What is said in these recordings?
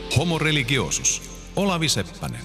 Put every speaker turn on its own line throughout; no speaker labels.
Homo religiosus. Olavi Seppänen.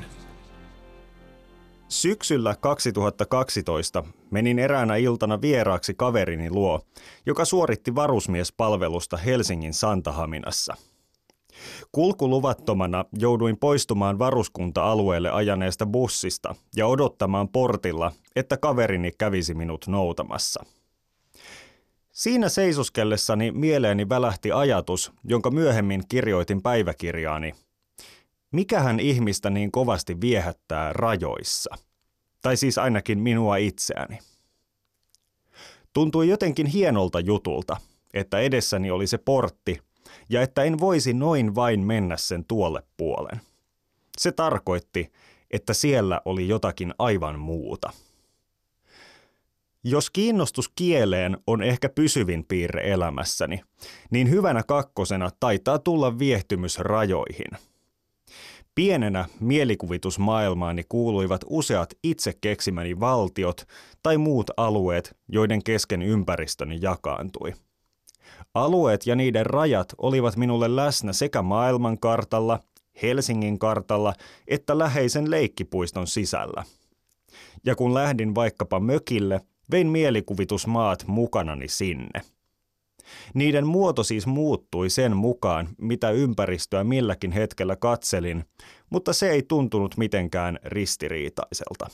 Syksyllä 2012 menin eräänä iltana vieraaksi kaverini luo, joka suoritti varusmiespalvelusta Helsingin Santahaminassa. Kulkuluvattomana jouduin poistumaan varuskunta-alueelle ajaneesta bussista ja odottamaan portilla, että kaverini kävisi minut noutamassa. Siinä seisoskellessani mieleeni välähti ajatus, jonka myöhemmin kirjoitin päiväkirjaani. Mikähän ihmistä niin kovasti viehättää rajoissa? Tai siis ainakin minua itseäni. Tuntui jotenkin hienolta jutulta, että edessäni oli se portti ja että en voisi noin vain mennä sen tuolle puolen. Se tarkoitti, että siellä oli jotakin aivan muuta. Jos kiinnostus kieleen on ehkä pysyvin piirre elämässäni, niin hyvänä kakkosena taitaa tulla viehtymys rajoihin. Pienenä mielikuvitusmaailmaani kuuluivat useat itse keksimäni valtiot tai muut alueet, joiden kesken ympäristöni jakaantui. Alueet ja niiden rajat olivat minulle läsnä sekä maailmankartalla, Helsingin kartalla että läheisen leikkipuiston sisällä. Ja kun lähdin vaikkapa mökille, vein mielikuvitusmaat mukanani sinne. Niiden muoto siis muuttui sen mukaan, mitä ympäristöä milläkin hetkellä katselin, mutta se ei tuntunut mitenkään ristiriitaiselta.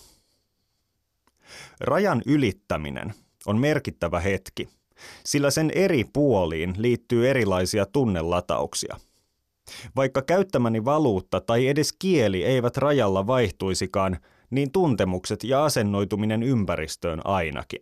Rajan ylittäminen on merkittävä hetki, sillä sen eri puoliin liittyy erilaisia tunnelatauksia. Vaikka käyttämäni valuutta tai edes kieli eivät rajalla vaihtuisikaan, niin tuntemukset ja asennoituminen ympäristöön ainakin.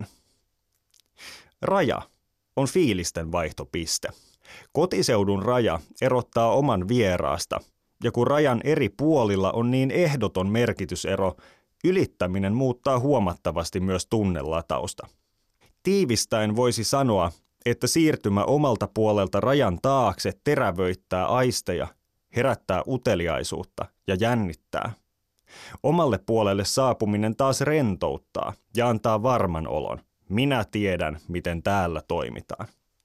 Raja on fiilisten vaihtopiste. Kotiseudun raja erottaa oman vieraasta, ja kun rajan eri puolilla on niin ehdoton merkitysero, ylittäminen muuttaa huomattavasti myös tunnelatausta. Tiivistäen voisi sanoa, että siirtymä omalta puolelta rajan taakse terävöittää aisteja, herättää uteliaisuutta ja jännittää. Omalle puolelle saapuminen taas rentouttaa ja antaa varman olon. Minä tiedän, miten täällä toimitaan.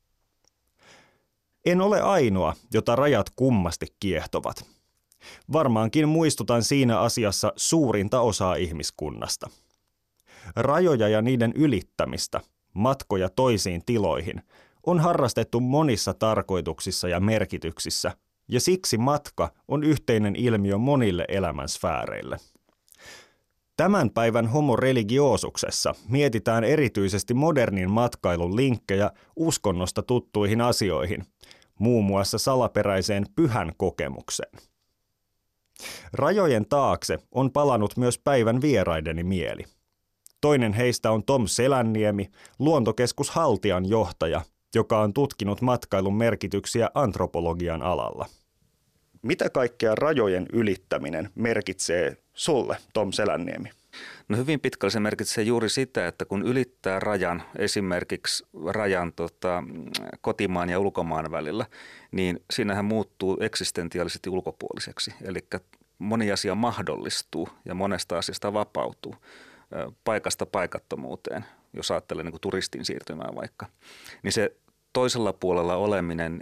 En ole ainoa, jota rajat kummasti kiehtovat. Varmaankin muistutan siinä asiassa suurinta osaa ihmiskunnasta. Rajoja ja niiden ylittämistä, matkoja toisiin tiloihin, on harrastettu monissa tarkoituksissa ja merkityksissä, ja siksi matka on yhteinen ilmiö monille elämänsfääreille. Tämän päivän Homo religiosuksessa mietitään erityisesti modernin matkailun linkkejä uskonnosta tuttuihin asioihin, muun muassa salaperäiseen pyhän kokemukseen. Rajojen taakse on palannut myös päivän vieraideni mieli. Toinen heistä on Tom Selänniemi, luontokeskus Haltian johtaja, joka on tutkinut matkailun merkityksiä antropologian alalla. Mitä kaikkea rajojen ylittäminen merkitsee sulle, Tom Selänniemi?
No hyvin pitkälle se merkitsee juuri sitä, että kun ylittää rajan, esimerkiksi rajan kotimaan ja ulkomaan välillä, niin siinähän muuttuu eksistentiaalisesti ulkopuoliseksi. Eli moni asia mahdollistuu ja monesta asiasta vapautuu paikasta paikattomuuteen, jos ajattelee niin kuin turistin siirtymään vaikka. Niin se toisella puolella oleminen,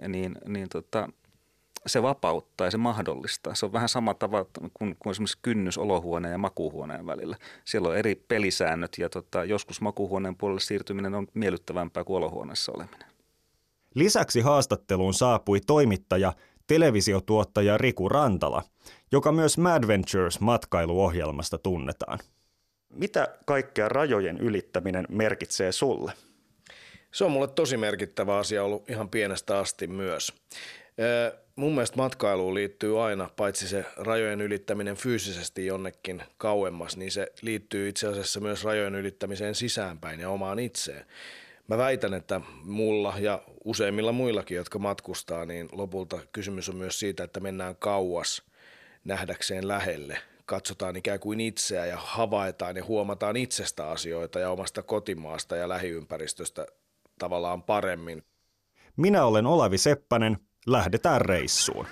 se vapauttaa ja se mahdollistaa. Se on vähän sama tavalla kuin esimerkiksi kynnys olohuoneen ja makuuhuoneen välillä. Siellä on eri pelisäännöt ja joskus makuuhuoneen puolelle siirtyminen on miellyttävämpää kuin olohuoneessa oleminen.
Lisäksi haastatteluun saapui toimittaja, televisiotuottaja Riku Rantala, joka myös Madventures-matkailuohjelmasta tunnetaan. Mitä kaikkea rajojen ylittäminen merkitsee sulle?
Se on mulle tosi merkittävä asia ollut ihan pienestä asti myös. Mun mielestä matkailuun liittyy aina, paitsi se rajojen ylittäminen fyysisesti jonnekin kauemmas, niin se liittyy itse asiassa myös rajojen ylittämiseen sisäänpäin ja omaan itseen. Mä väitän, että mulla ja useimmilla muillakin, jotka matkustaa, niin lopulta kysymys on myös siitä, että mennään kauas nähdäkseen lähelle. Katsotaan ikään kuin itseä ja havaitaan ja huomataan itsestä asioita ja omasta kotimaasta ja lähiympäristöstä tavallaan paremmin.
Minä olen Olavi Seppänen. Lähdetään reissuun.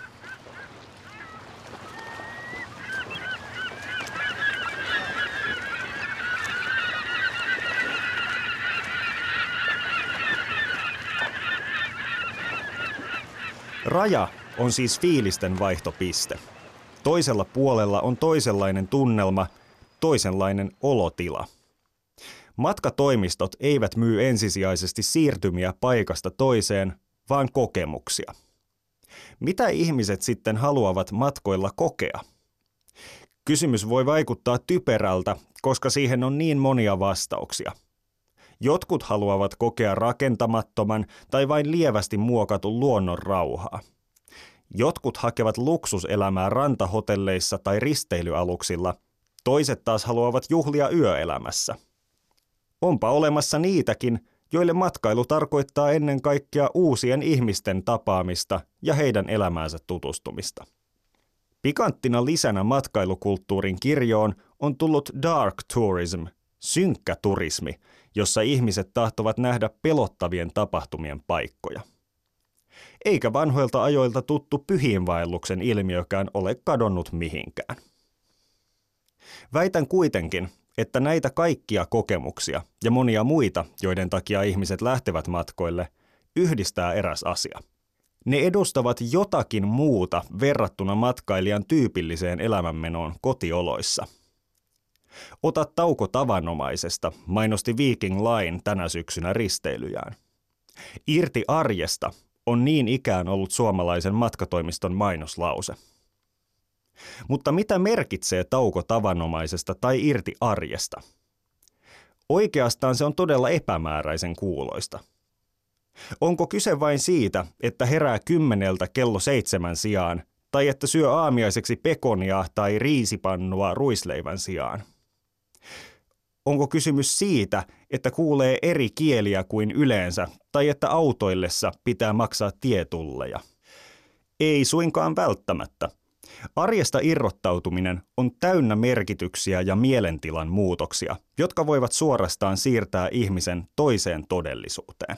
Raja on siis fiilisten vaihtopiste. Toisella puolella on toisenlainen tunnelma, toisenlainen olotila. Matkatoimistot eivät myy ensisijaisesti siirtymiä paikasta toiseen, vaan kokemuksia. Mitä ihmiset sitten haluavat matkoilla kokea? Kysymys voi vaikuttaa typerältä, koska siihen on niin monia vastauksia. Jotkut haluavat kokea rakentamattoman tai vain lievästi muokatun luonnon rauhaa. Jotkut hakevat luksuselämää rantahotelleissa tai risteilyaluksilla, toiset taas haluavat juhlia yöelämässä. Onpa olemassa niitäkin, joille matkailu tarkoittaa ennen kaikkea uusien ihmisten tapaamista ja heidän elämäänsä tutustumista. Pikanttina lisänä matkailukulttuurin kirjoon on tullut dark tourism, synkkä turismi, jossa ihmiset tahtovat nähdä pelottavien tapahtumien paikkoja. Eikä vanhoilta ajoilta tuttu pyhiinvaelluksen ilmiökään ole kadonnut mihinkään. Väitän kuitenkin, että näitä kaikkia kokemuksia ja monia muita, joiden takia ihmiset lähtevät matkoille, yhdistää eräs asia. Ne edustavat jotakin muuta verrattuna matkailijan tyypilliseen elämänmenoon kotioloissa. Ota tauko tavanomaisesta, mainosti Viking Line tänä syksynä risteilyjään. Irti arjesta on niin ikään ollut suomalaisen matkatoimiston mainoslause. Mutta mitä merkitsee tauko tavanomaisesta tai irti arjesta? Oikeastaan se on todella epämääräisen kuuloista. Onko kyse vain siitä, että herää 10 kello 7 sijaan, tai että syö aamiaiseksi pekonia tai riisipannua ruisleivän sijaan? Onko kysymys siitä, että kuulee eri kieliä kuin yleensä, tai että autoillessa pitää maksaa tietulleja? Ei suinkaan välttämättä. Arjesta irrottautuminen on täynnä merkityksiä ja mielentilan muutoksia, jotka voivat suorastaan siirtää ihmisen toiseen todellisuuteen.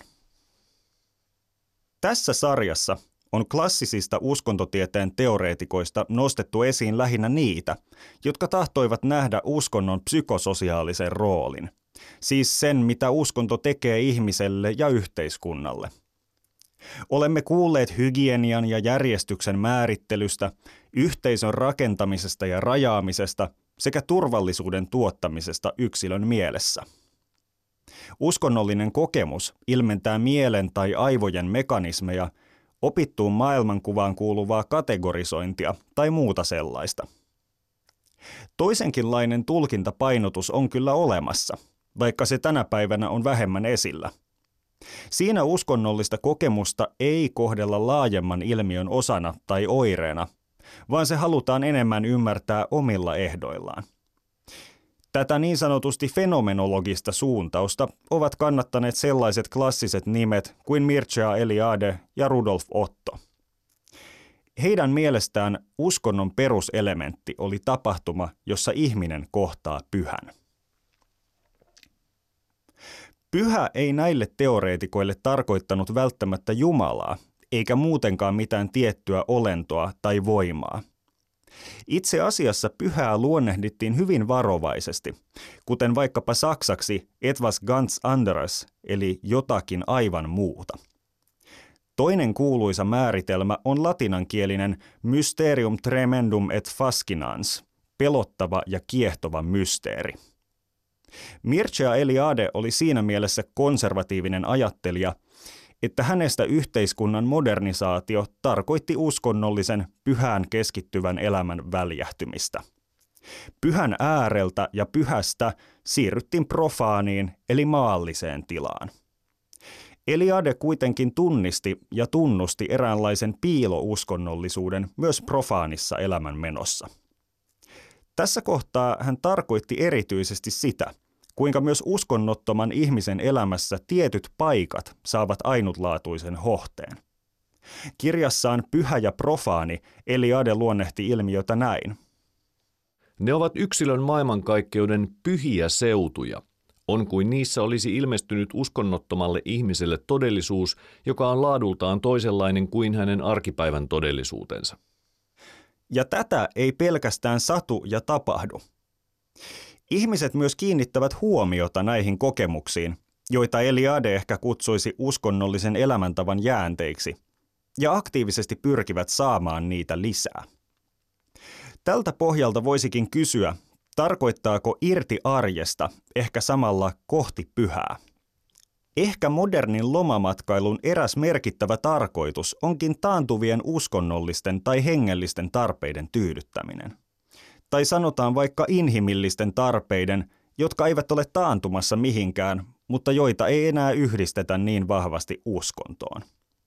Tässä sarjassa on klassisista uskontotieteen teoreetikoista nostettu esiin lähinnä niitä, jotka tahtoivat nähdä uskonnon psykososiaalisen roolin, siis sen, mitä uskonto tekee ihmiselle ja yhteiskunnalle. Olemme kuulleet hygienian ja järjestyksen määrittelystä, yhteisön rakentamisesta ja rajaamisesta sekä turvallisuuden tuottamisesta yksilön mielessä. Uskonnollinen kokemus ilmentää mielen tai aivojen mekanismeja, opittuun maailmankuvaan kuuluvaa kategorisointia tai muuta sellaista. Toisenkinlainen tulkintapainotus on kyllä olemassa, vaikka se tänä päivänä on vähemmän esillä. Siinä uskonnollista kokemusta ei kohdella laajemman ilmiön osana tai oireena, vaan se halutaan enemmän ymmärtää omilla ehdoillaan. Tätä niin sanotusti fenomenologista suuntausta ovat kannattaneet sellaiset klassiset nimet kuin Mircea Eliade ja Rudolf Otto. Heidän mielestään uskonnon peruselementti oli tapahtuma, jossa ihminen kohtaa pyhän. Pyhä ei näille teoreetikoille tarkoittanut välttämättä Jumalaa, eikä muutenkaan mitään tiettyä olentoa tai voimaa. Itse asiassa pyhää luonnehdittiin hyvin varovaisesti, kuten vaikkapa saksaksi etwas ganz anderes, eli jotakin aivan muuta. Toinen kuuluisa määritelmä on latinankielinen mysterium tremendum et fascinans, pelottava ja kiehtova mysteeri. Mircea Eliade oli siinä mielessä konservatiivinen ajattelija, että hänestä yhteiskunnan modernisaatio tarkoitti uskonnollisen, pyhään keskittyvän elämän väljähtymistä. Pyhän ääreltä ja pyhästä siirryttiin profaaniin eli maalliseen tilaan. Eliade kuitenkin tunnisti ja tunnusti eräänlaisen piilouskonnollisuuden myös profaanissa elämänmenossa. Tässä kohtaa hän tarkoitti erityisesti sitä, kuinka myös uskonnottoman ihmisen elämässä tietyt paikat saavat ainutlaatuisen hohteen. Kirjassaan Pyhä ja profaani Eliade luonnehti ilmiötä näin.
Ne ovat yksilön maailmankaikkeuden pyhiä seutuja. On kuin niissä olisi ilmestynyt uskonnottomalle ihmiselle todellisuus, joka on laadultaan toisenlainen kuin hänen arkipäivän todellisuutensa.
Ja tätä ei pelkästään satu ja tapahdu. Ihmiset myös kiinnittävät huomiota näihin kokemuksiin, joita Eliade ehkä kutsuisi uskonnollisen elämäntavan jäänteiksi, ja aktiivisesti pyrkivät saamaan niitä lisää. Tältä pohjalta voisikin kysyä, tarkoittaako irti arjesta ehkä samalla kohti pyhää? Ehkä modernin lomamatkailun eräs merkittävä tarkoitus onkin taantuvien uskonnollisten tai hengellisten tarpeiden tyydyttäminen. Tai sanotaan vaikka inhimillisten tarpeiden, jotka eivät ole taantumassa mihinkään, mutta joita ei enää yhdistetä niin vahvasti uskontoon.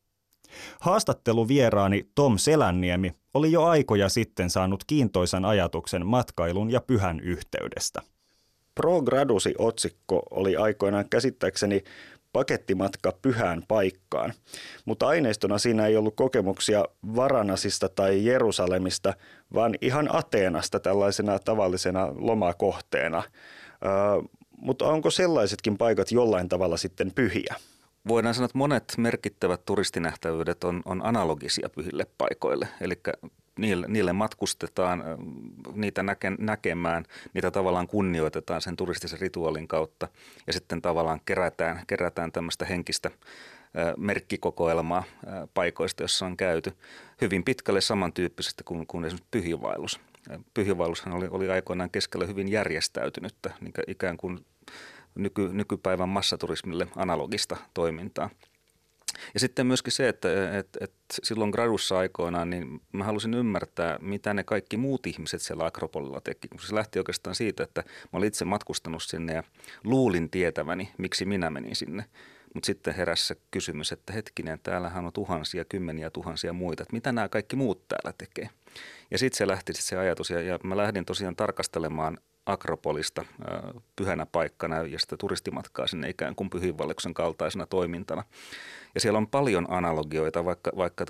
Haastatteluvieraani Tom Selänniemi oli jo aikoja sitten saanut kiintoisan ajatuksen matkailun ja pyhän yhteydestä. Pro Gradusi-otsikko oli aikoinaan käsittääkseni pakettimatka pyhään paikkaan, mutta aineistona siinä ei ollut kokemuksia Varanasista tai Jerusalemista, vaan ihan Ateenasta tällaisena tavallisena lomakohteena. Mutta onko sellaisetkin paikat jollain tavalla sitten pyhiä?
Voidaan sanoa, että monet merkittävät turistinähtävyydet on analogisia pyhille paikoille, eli niille matkustetaan, niitä näkemään, niitä tavallaan kunnioitetaan sen turistisen rituaalin kautta ja sitten tavallaan kerätään tämmöistä henkistä merkkikokoelmaa paikoista, jossa on käyty hyvin pitkälle samantyyppisesti kuin esimerkiksi pyhiinvaellus. Pyhiinvaellushan oli aikoinaan keskellä hyvin järjestäytynyttä, niin ikään kuin nykypäivän massaturismille analogista toimintaa. Ja sitten myöskin se, että silloin gradussa aikoinaan, niin mä halusin ymmärtää, mitä ne kaikki muut ihmiset siellä Akropolilla teki. Se lähti oikeastaan siitä, että mä olin itse matkustanut sinne ja luulin tietäväni, miksi minä menin sinne. Mutta sitten heräsi se kysymys, että hetkinen, täällähän on tuhansia, kymmeniä tuhansia muita, että mitä nämä kaikki muut täällä tekee. Ja sitten se lähti se ajatus ja mä lähdin tosiaan tarkastelemaan Akropolista pyhänä paikkana ja sitä turistimatkaa sinne ikään kuin pyhiinvaelluksen kaltaisena toimintana. Ja siellä on paljon analogioita, vaikka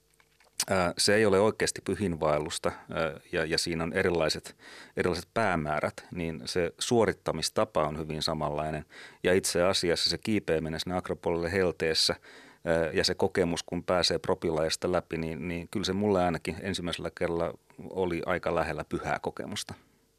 se ei ole oikeasti pyhiinvaellusta ja siinä on erilaiset päämäärät, niin se suorittamistapa on hyvin samanlainen. Ja itse asiassa se kiipeäminen sinne Akropolille helteessä ja se kokemus, kun pääsee propilajasta läpi, niin kyllä se mulle ainakin ensimmäisellä kerralla oli aika lähellä pyhää kokemusta.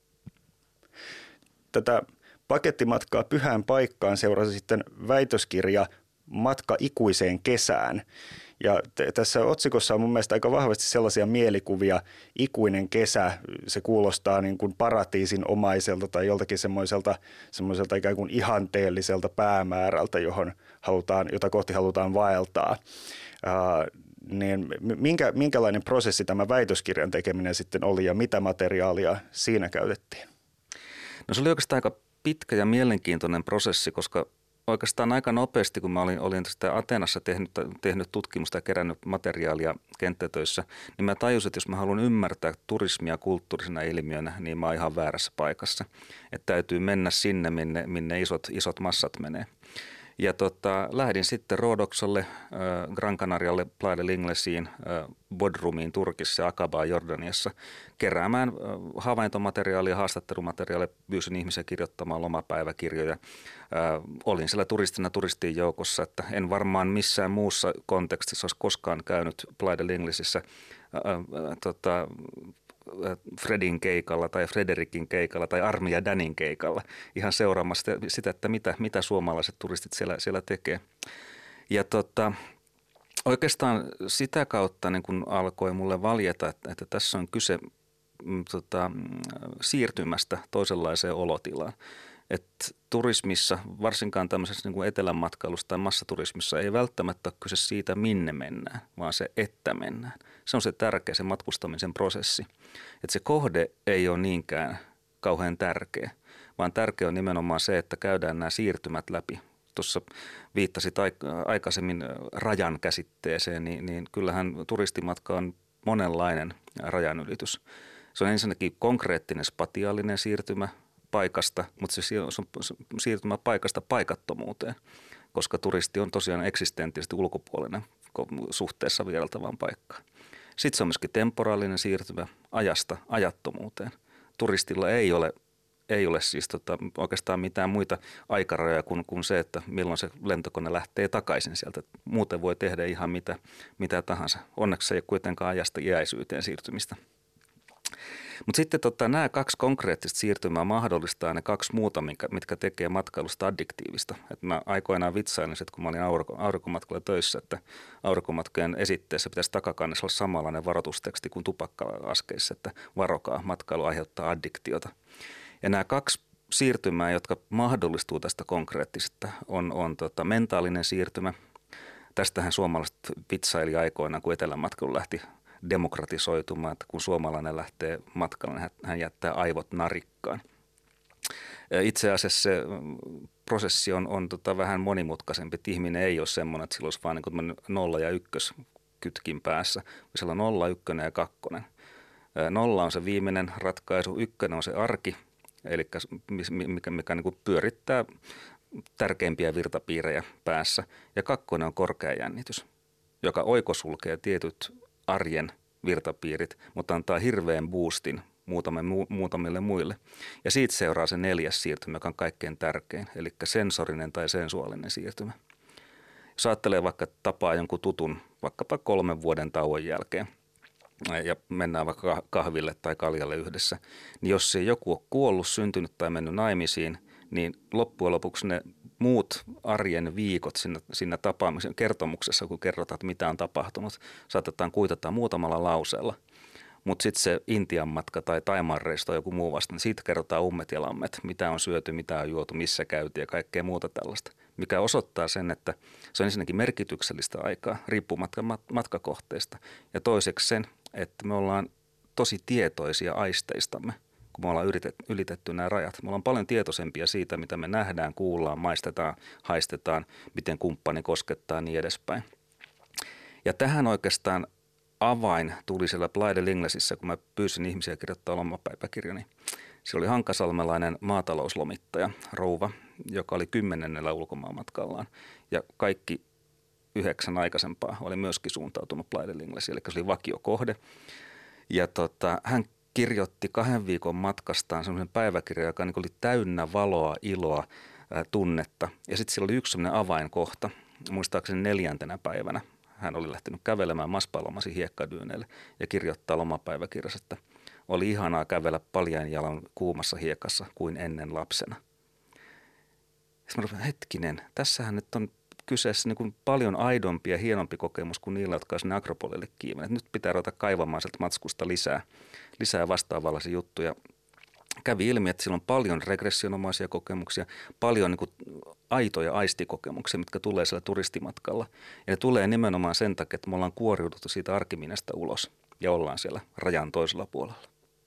Tätä pakettimatkaa pyhään paikkaan seurasi sitten väitöskirja Matka ikuiseen kesään. Ja tässä otsikossa on mun mielestä aika vahvasti sellaisia mielikuvia. Ikuinen kesä, se kuulostaa niin kuin paratiisin omaiselta tai joltakin semmoiselta ikään kuin ihanteelliselta päämäärältä, jota kohti halutaan vaeltaa. Niin minkälainen prosessi tämä väitöskirjan tekeminen sitten oli ja mitä materiaalia siinä käytettiin?
No se oli oikeastaan aika pitkä ja mielenkiintoinen prosessi, koska oikeastaan aika nopeasti, kun mä olin sitä Ateenassa tehnyt tutkimusta ja kerännyt materiaalia kenttätöissä, niin mä tajusin, että jos mä haluan ymmärtää turismia kulttuurisena ilmiönä, niin mä oon ihan väärässä paikassa. Että täytyy mennä sinne, minne isot massat menee. Ja lähdin sitten Rhodoksalle, Gran Canarialle, Playa del Inglesiin, Bodrumiin Turkissa ja Akabaan Jordaniassa keräämään havaintomateriaalia, haastattelumateriaalia, pyysin ihmisiä kirjoittamaan lomapäiväkirjoja. Olin siellä turistien joukossa, että en varmaan missään muussa kontekstissa olisi koskaan käynyt Playa del Inglesissä Fredin keikalla tai Frederikin keikalla tai Armi ja Danin keikalla ihan seuraamassa sitä, että mitä suomalaiset turistit siellä tekee. Ja oikeastaan sitä kautta niin kun alkoi mulle valjeta, että tässä on kyse siirtymästä toisenlaiseen olotilaan. Että turismissa, varsinkaan tämmöisessä niin kuin etelänmatkailussa tai massaturismissa ei välttämättä ole kyse siitä, minne mennään, vaan se, että mennään. Se on se tärkeä, se matkustamisen prosessi. Että se kohde ei ole niinkään kauhean tärkeä, vaan tärkeä on nimenomaan se, että käydään nämä siirtymät läpi. Tuossa viittasit aikaisemmin rajan käsitteeseen, niin kyllähän turistimatka on monenlainen rajanylitys. Se on ensinnäkin konkreettinen spatiaalinen siirtymä paikasta, mutta se on siirtymä paikasta paikattomuuteen, koska turisti on tosiaan eksistentiaalisesti ulkopuolinen suhteessa vierailtavaan paikkaan. Sitten se on myöskin temporaalinen siirtymä ajasta ajattomuuteen. Turistilla ei ole siis oikeastaan mitään muita aikarajoja kuin se, että milloin se lentokone lähtee takaisin sieltä. Muuten voi tehdä ihan mitä tahansa. Onneksi se ei ole kuitenkaan ajasta iäisyyteen siirtymistä. Mutta sitten nämä 2 konkreettista siirtymää mahdollistaa ne 2 muuta, mitkä tekee matkailusta addiktiivista. Et mä aikoinaan vitsailin, että kun mä olin aurinkomatkalla töissä, että aurinkomatkojen esitteessä pitäisi takakannessa olla samanlainen varoitusteksti kuin tupakka-askeissa, että varokaa, matkailu aiheuttaa addiktiota. Ja nämä 2 siirtymää, jotka mahdollistuu tästä konkreettisesta, on mentaalinen siirtymä. Tästähän suomalaiset vitsaili aikoinaan, kun etelämatkailu lähti demokratisoitumaan, että kun suomalainen lähtee matkalle, niin hän jättää aivot narikkaan. Itse asiassa se prosessi on vähän monimutkaisempi, että ihminen ei ole semmoinen, että sillä olisi vaan niin 0 ja 1 kytkin päässä. Siellä on 0, 1 ja 2. 0 on se viimeinen ratkaisu, 1 on se arki, eli mikä niin kuin pyörittää tärkeimpiä virtapiirejä päässä, ja 2 on korkea jännitys, joka oikosulkee tietyt arjen virtapiirit, mutta antaa hirveän boostin muutamille muille. Ja siitä seuraa se 4. siirtymä, joka on kaikkein tärkein, eli sensorinen tai sensuaalinen siirtymä. Jos ajattelee vaikka tapaa jonkun tutun, vaikkapa 3 vuoden tauon jälkeen, ja mennään vaikka kahville tai kaljalle yhdessä, niin jos ei joku ole kuollut, syntynyt tai mennyt naimisiin, niin loppujen lopuksi ne muut arjen viikot siinä tapaamisen kertomuksessa, kun kerrotaan, että mitä on tapahtunut, saatetaan kuitata muutamalla lauseella. Mutta sitten se Intian matka tai Thaimaan reissu tai joku muu vasta, niin siitä kerrotaan ummet ja lammet, mitä on syöty, mitä on juotu, missä käytiin ja kaikkea muuta tällaista. Mikä osoittaa sen, että se on ensinnäkin merkityksellistä aikaa riippumatta matkakohteesta. Ja toiseksi sen, että me ollaan tosi tietoisia aisteistamme, kun me ollaan ylitetty nämä rajat. Me ollaan paljon tietoisempia siitä, mitä me nähdään, kuullaan, maistetaan, haistetaan, miten kumppani koskettaa ja niin edespäin. Ja tähän oikeastaan avain tuli siellä Playa del Inglesissä, kun mä pyysin ihmisiä kirjoittaa lomapäiväkirjani. Siellä oli hankasalmelainen maatalouslomittaja, rouva, joka oli 10. ulkomaanmatkallaan. Ja kaikki 9 aikaisempaa oli myöskin suuntautunut Playa del Inglesiin, eli se oli vakiokohde. Ja hän kirjoitti 2 viikon matkastaan sellaisen päiväkirjan, joka oli täynnä valoa, iloa, tunnetta. Ja sitten siellä oli yksi sellainen avainkohta, muistaakseni 4. päivänä. Hän oli lähtenyt kävelemään Maspalomasin hiekkadyyneille ja kirjoittaa lomapäiväkirjassa, että oli ihanaa kävellä paljain jalan kuumassa hiekassa kuin ennen lapsena. Sitten mä hetkinen, tässähän nyt on kyseessä niin kuin paljon aidompi ja hienompi kokemus kuin niillä, jotka on sinne Akropolille kiinni. Nyt pitää ruveta kaivamaan sieltä matskusta lisää vastaavallaisia juttuja. Kävi ilmi, että sillä on paljon regressionomaisia kokemuksia, paljon niin kuin aitoja aistikokemuksia, mitkä tulee siellä turistimatkalla. Ja ne tulee nimenomaan sen takia, että me ollaan kuoriuduttu siitä arkiminästä ulos ja ollaan siellä rajan toisella puolella.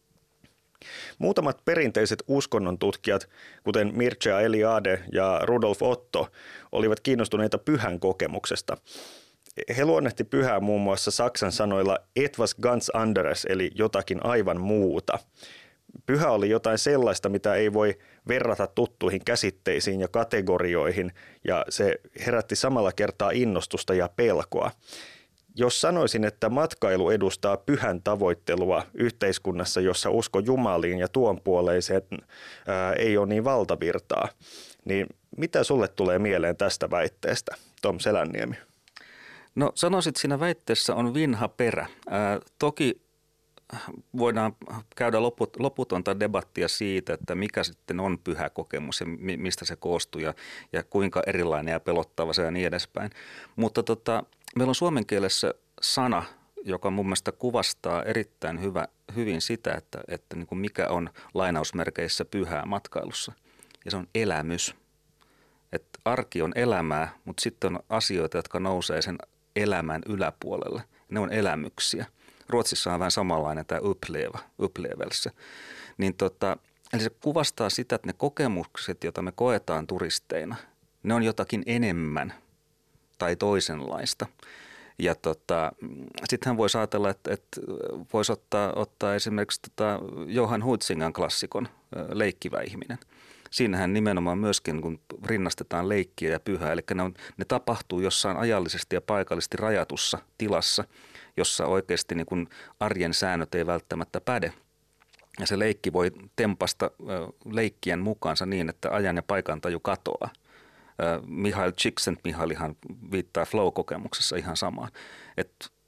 Muutamat perinteiset uskonnon tutkijat, kuten Mircea Eliade ja Rudolf Otto, olivat kiinnostuneita pyhän kokemuksesta. He luonnehti pyhää muun muassa saksan sanoilla etwas ganz anderes, eli jotakin aivan muuta. Pyhä oli jotain sellaista, mitä ei voi verrata tuttuihin käsitteisiin ja kategorioihin, ja se herätti samalla kertaa innostusta ja pelkoa. Jos sanoisin, että matkailu edustaa pyhän tavoittelua yhteiskunnassa, jossa usko Jumaliin ja tuonpuoleiseen ei ole niin valtavirtaa, niin mitä sulle tulee mieleen tästä väitteestä, Tom Selänniemi?
No sanoisin, että siinä väitteessä on vinha perä. Toki voidaan käydä loputonta debattia siitä, että mikä sitten on pyhä kokemus ja mistä se koostuu ja kuinka erilainen ja pelottava se ja niin edespäin. Mutta meillä on suomen kielessä sana, joka mun mielestä kuvastaa erittäin hyvin sitä, että niin kuin mikä on lainausmerkeissä pyhää matkailussa. Ja se on elämys. Että arki on elämää, mutta sitten on asioita, jotka nousee sen elämän yläpuolelle. Ne on elämyksiä. Ruotsissa on vähän samanlainen tämä upplevelse. Niin eli se kuvastaa sitä, että ne kokemukset, joita me koetaan turisteina, ne on jotakin enemmän tai toisenlaista. Ja sittenhän voisi ajatella, että voisi ottaa esimerkiksi Johan Huitzingan klassikon Leikkivä ihminen. Siinähän nimenomaan myöskin kun rinnastetaan leikkiä ja pyhää, eli ne tapahtuu jossain ajallisesti ja paikallisesti rajatussa tilassa, jossa oikeasti niin kuin arjen säännöt ei välttämättä päde. Ja se leikki voi tempasta leikkien mukaansa niin, että ajan ja paikantaju katoaa. Mihail Csikszentmihalyihan viittaa flow-kokemuksessa ihan samaan. Että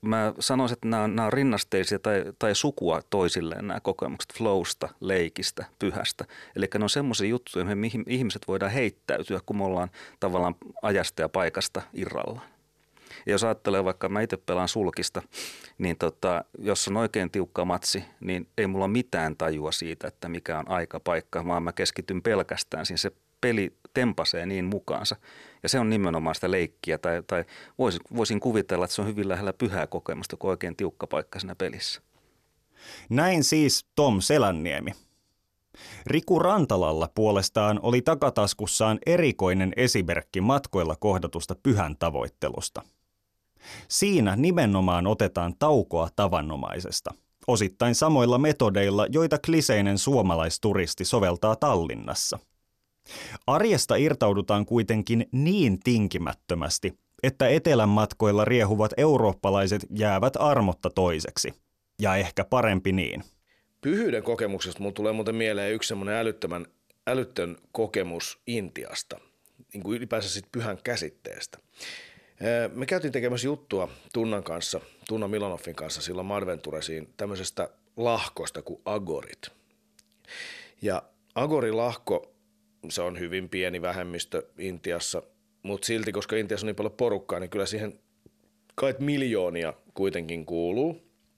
mä sanoisin, että nämä on rinnasteisia tai sukua toisilleen nämä kokemukset flowsta, leikistä, pyhästä. Eli ne on semmoisia juttuja, mihin ihmiset voidaan heittäytyä, kun me ollaan tavallaan ajasta ja paikasta irrallaan. Ja jos ajattelee vaikka, mä itse pelaan sulkista, niin jos on oikein tiukka matsi, niin ei mulla mitään tajua siitä, että mikä on aika, paikka, vaan mä keskityn pelkästään siinä. Se peli tempasee niin mukaansa. Ja se on nimenomaan sitä leikkiä, tai voisin kuvitella, että se on hyvin lähellä pyhää kokemusta, kun oikein tiukka paikka siinä pelissä.
Näin siis Tom Selänniemi. Riku Rantalalla puolestaan oli takataskussaan erikoinen esimerkki matkoilla kohdatusta pyhän tavoittelusta. Siinä nimenomaan otetaan taukoa tavanomaisesta, osittain samoilla metodeilla, joita kliseinen suomalaisturisti soveltaa Tallinnassa. Arjesta irtaudutaan kuitenkin niin tinkimättömästi, että etelän matkoilla riehuvat eurooppalaiset jäävät armotta toiseksi. Ja ehkä parempi niin.
Pyhyyden kokemuksesta mulle tulee muuten mieleen yksi semmoinen älyttön kokemus Intiasta, niin kuin ylipäänsä sit pyhän käsitteestä. Me käytiin tekemässä juttua Tunna Milanoffin kanssa silloin Madventuresiin tämmöisestä lahkosta kuin agorit. Ja agorilahko, se on hyvin pieni vähemmistö Intiassa, mutta silti, koska Intiassa on niin paljon porukkaa, niin kyllä siihen kai miljoonia kuitenkin kuuluu,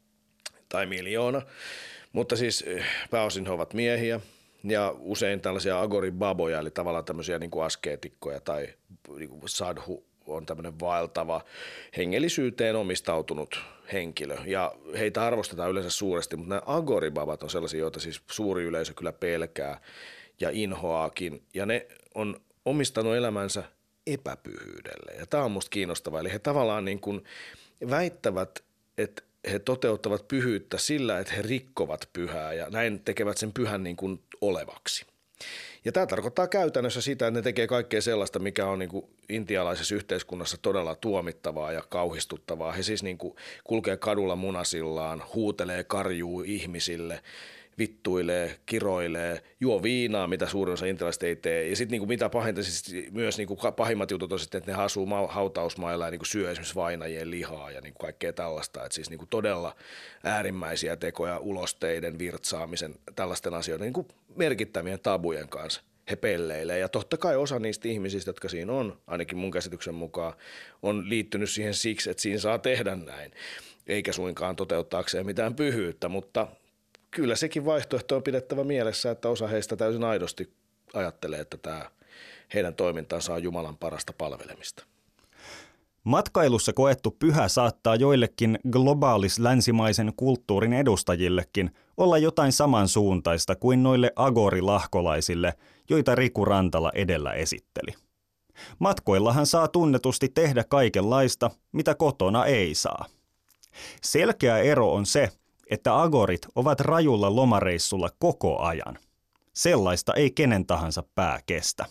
tai miljoona. Mutta siis pääosin he ovat miehiä ja usein tällaisia agoribaboja, eli tavallaan tämmöisiä niin kuin askeetikkoja tai niin kuin sadhu on tämmöinen vaeltava, hengellisyyteen omistautunut henkilö. Ja heitä arvostetaan yleensä suuresti, mutta nämä agoribabat on sellaisia, joita siis suuri yleisö kyllä pelkää ja inhoaakin. Ja ne on omistanut elämänsä epäpyhyydelle. Ja tämä on musta kiinnostavaa. Eli he tavallaan niin kuin väittävät, että he toteuttavat pyhyyttä sillä, että he rikkovat pyhää ja näin tekevät sen pyhän niin kuin olevaksi. Ja tämä tarkoittaa käytännössä sitä, että ne tekee kaikkea sellaista, mikä on niin kuin intialaisessa yhteiskunnassa todella tuomittavaa ja kauhistuttavaa. He siis niin kuin kulkee kadulla munasillaan, huutelee, karjuu ihmisille, vittuilee, kiroilee, juo viinaa, mitä suurin osa intialaisista ei tee. Ja sitten niinku mitä pahinta, siis myös niinku pahimmat jutut on sitten, että ne asuu hautausmailla ja niinku syö esimerkiksi vainajien lihaa ja niinku kaikkea tällaista. Että siis niinku todella äärimmäisiä tekoja ulosteiden, virtsaamisen, tällaisten asioiden niinku merkittävien tabujen kanssa he pelleilee. Ja totta kai osa niistä ihmisistä, jotka siinä on, ainakin mun käsityksen mukaan, on liittynyt siihen siksi, että siinä saa tehdä näin, eikä suinkaan toteuttaakseen mitään pyhyyttä, mutta kyllä sekin vaihtoehto on pidettävä mielessä, että osa heistä täysin aidosti ajattelee, että tämä heidän toimintansa on Jumalan parasta palvelemista.
Matkailussa koettu pyhä saattaa joillekin globaalis-länsimaisen kulttuurin edustajillekin olla jotain samansuuntaista kuin noille agorilahkolaisille, joita Riku Rantala edellä esitteli. Matkoillahan saa tunnetusti tehdä kaikenlaista, mitä kotona ei saa. Selkeä ero on se, että agorit ovat rajulla lomareissulla koko ajan. Sellaista ei kenen tahansa pää kestä.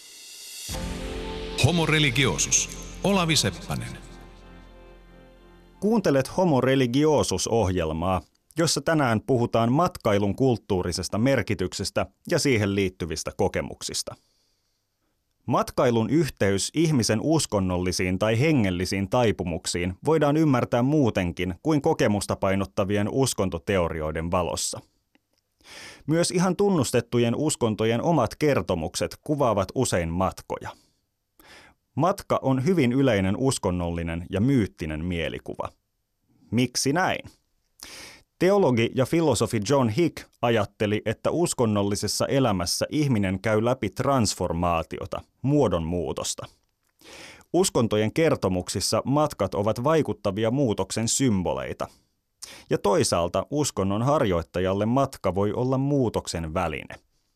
Homo religiosus. Olavi Seppänen.
Kuuntelet Homo religiosus-ohjelmaa, jossa tänään puhutaan matkailun kulttuurisesta merkityksestä ja siihen liittyvistä kokemuksista. Matkailun yhteys ihmisen uskonnollisiin tai hengellisiin taipumuksiin voidaan ymmärtää muutenkin kuin kokemusta painottavien uskontoteorioiden valossa. Myös ihan tunnustettujen uskontojen omat kertomukset kuvaavat usein matkoja. Matka on hyvin yleinen uskonnollinen ja myyttinen mielikuva. Miksi näin? Teologi ja filosofi John Hick ajatteli, että uskonnollisessa elämässä ihminen käy läpi transformaatiota, muodonmuutosta. Uskontojen kertomuksissa matkat ovat vaikuttavia muutoksen symboleita. Ja toisaalta uskonnon harjoittajalle matka voi olla muutoksen väline.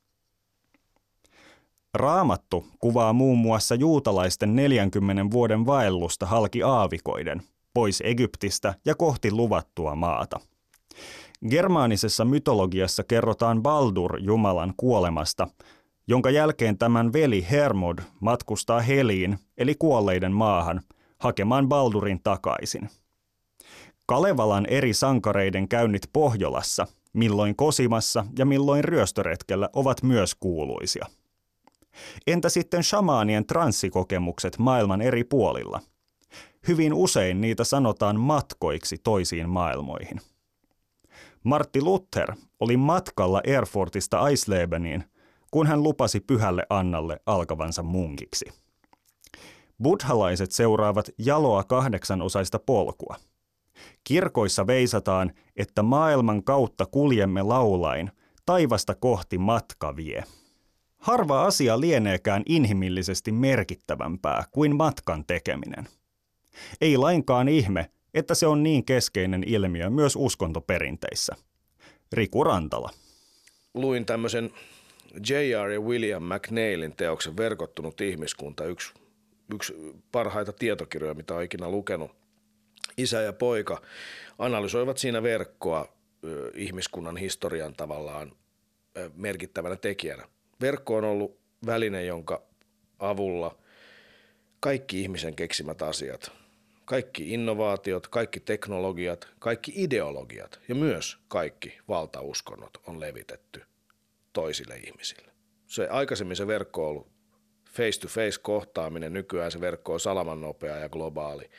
Raamattu kuvaa muun muassa juutalaisten 40 vuoden vaellusta halki aavikoiden, pois Egyptistä ja kohti luvattua maata. Germaanisessa mytologiassa kerrotaan Baldur-jumalan kuolemasta, jonka jälkeen tämän veli Hermod matkustaa Heliin, eli kuolleiden maahan, hakemaan Baldurin takaisin. Kalevalan eri sankareiden käynnit Pohjolassa, milloin Kosimassa ja milloin ryöstöretkellä, ovat myös kuuluisia. Entä sitten shamaanien transsikokemukset maailman eri puolilla? Hyvin usein niitä sanotaan matkoiksi toisiin maailmoihin. Martti Luther oli matkalla Erfurtista Eislebeniin, kun hän lupasi Pyhälle Annalle alkavansa munkiksi. Buddhalaiset seuraavat jaloa 8-osaista polkua. Kirkoissa veisataan, että maailman kautta kuljemme laulain, taivasta kohti matka vie. Harva asia lieneekään inhimillisesti merkittävämpää kuin matkan tekeminen. Ei lainkaan ihme, että se on niin keskeinen ilmiö myös uskontoperinteissä. Riku Rantala.
Luin tämmöisen J.R. ja William McNeilin teoksen Verkottunut ihmiskunta, yksi parhaita tietokirjoja, mitä olen ikinä lukenut. Isä ja poika analysoivat siinä verkkoa ihmiskunnan historian tavallaan merkittävänä tekijänä. Verkko on ollut väline, jonka avulla kaikki ihmisen keksimät asiat, kaikki innovaatiot, kaikki teknologiat, kaikki ideologiat ja myös kaikki valtauskonnot on levitetty toisille ihmisille. Aikaisemmin se verkko on ollut face-to-face kohtaaminen, nykyään se verkko on salamannopea ja globaali.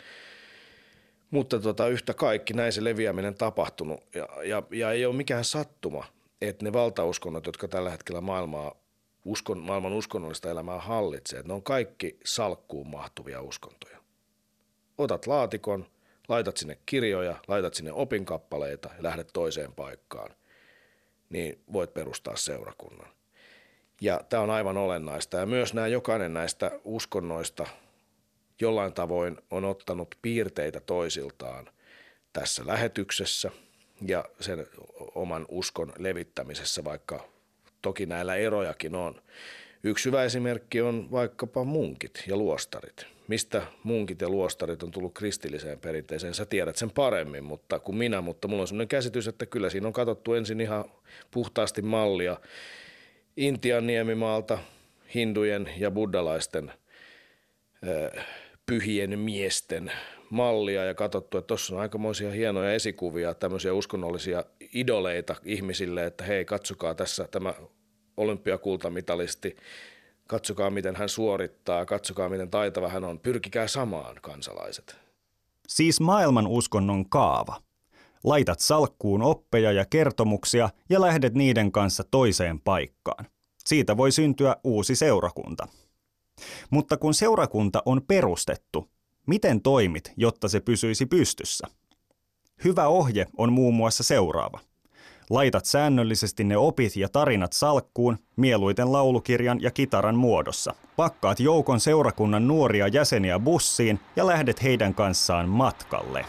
Mutta yhtä kaikki näin se leviäminen tapahtunut ja ei ole mikään sattuma, että ne valtauskonnot, jotka tällä hetkellä maailman uskonnollista elämää hallitsee, että ne on kaikki salkkuun mahtuvia uskontoja. Otat laatikon, laitat sinne kirjoja, laitat sinne opinkappaleita ja lähdet toiseen paikkaan, niin voit perustaa seurakunnan. Ja tämä on aivan olennaista. Ja myös jokainen näistä uskonnoista jollain tavoin on ottanut piirteitä toisiltaan tässä lähetyksessä ja sen oman uskon levittämisessä, vaikka toki näillä erojakin on. Yksi hyvä esimerkki on vaikkapa munkit ja luostarit. Mistä munkit ja luostarit on tullut kristilliseen perinteeseen? Sä tiedät sen paremmin kuin minä, mutta mulla on sellainen käsitys, että kyllä siinä on katsottu ensin ihan puhtaasti mallia Intian niemimaalta, hindujen ja buddhalaisten pyhien miesten mallia ja katsottu, että tuossa on aikamoisia hienoja esikuvia, tämmöisiä uskonnollisia idoleita ihmisille, että hei, katsokaa tässä tämä olympiakultamitalisti, katsokaa miten hän suorittaa, katsokaa miten taitava hän on, pyrkikää samaan kansalaiset.
Siis maailman uskonnon kaava. Laitat salkkuun oppeja ja kertomuksia ja lähdet niiden kanssa toiseen paikkaan. Siitä voi syntyä uusi seurakunta. Mutta kun seurakunta on perustettu, miten toimit, jotta se pysyisi pystyssä? Hyvä ohje on muun muassa seuraava. Laitat säännöllisesti ne opit ja tarinat salkkuun, mieluiten laulukirjan ja kitaran muodossa. Pakkaat joukon seurakunnan nuoria jäseniä bussiin ja lähdet heidän kanssaan matkalle.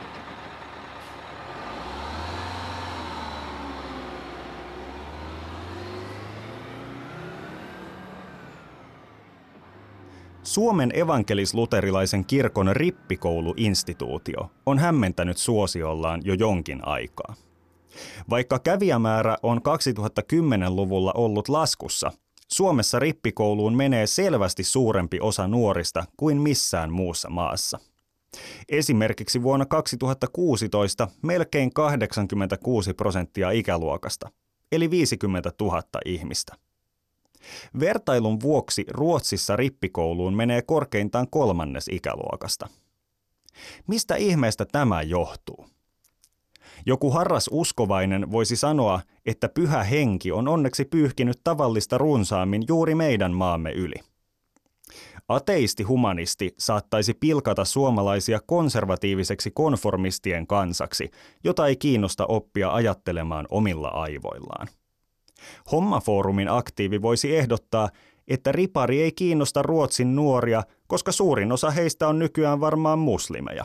Suomen evankelis-luterilaisen kirkon rippikouluinstituutio on hämmentänyt suosiollaan jo jonkin aikaa. Vaikka kävijämäärä on 2010-luvulla ollut laskussa, Suomessa rippikouluun menee selvästi suurempi osa nuorista kuin missään muussa maassa. Esimerkiksi vuonna 2016 melkein 86% ikäluokasta, eli 50 000 ihmistä. Vertailun vuoksi Ruotsissa rippikouluun menee korkeintaan 1/3 ikäluokasta. Mistä ihmeestä tämä johtuu? Joku harras uskovainen voisi sanoa, että pyhä henki on onneksi pyyhkinyt tavallista runsaammin juuri meidän maamme yli. Ateisti-humanisti saattaisi pilkata suomalaisia konservatiiviseksi konformistien kansaksi, jota ei kiinnosta oppia ajattelemaan omilla aivoillaan. Hommafoorumin aktiivi voisi ehdottaa, että ripari ei kiinnosta Ruotsin nuoria, koska suurin osa heistä on nykyään varmaan muslimeja.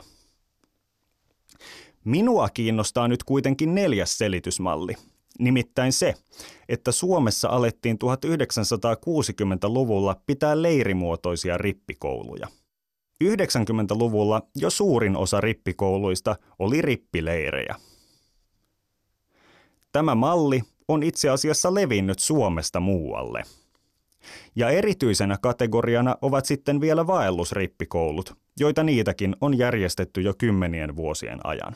Minua kiinnostaa nyt kuitenkin 4. selitysmalli, nimittäin se, että Suomessa alettiin 1960-luvulla pitää leirimuotoisia rippikouluja. 90-luvulla jo suurin osa rippikouluista oli rippileirejä. Tämä malli on itse asiassa levinnyt Suomesta muualle. Ja erityisenä kategoriana ovat sitten vielä vaellusrippikoulut, joita niitäkin on järjestetty jo 10 vuosien ajan.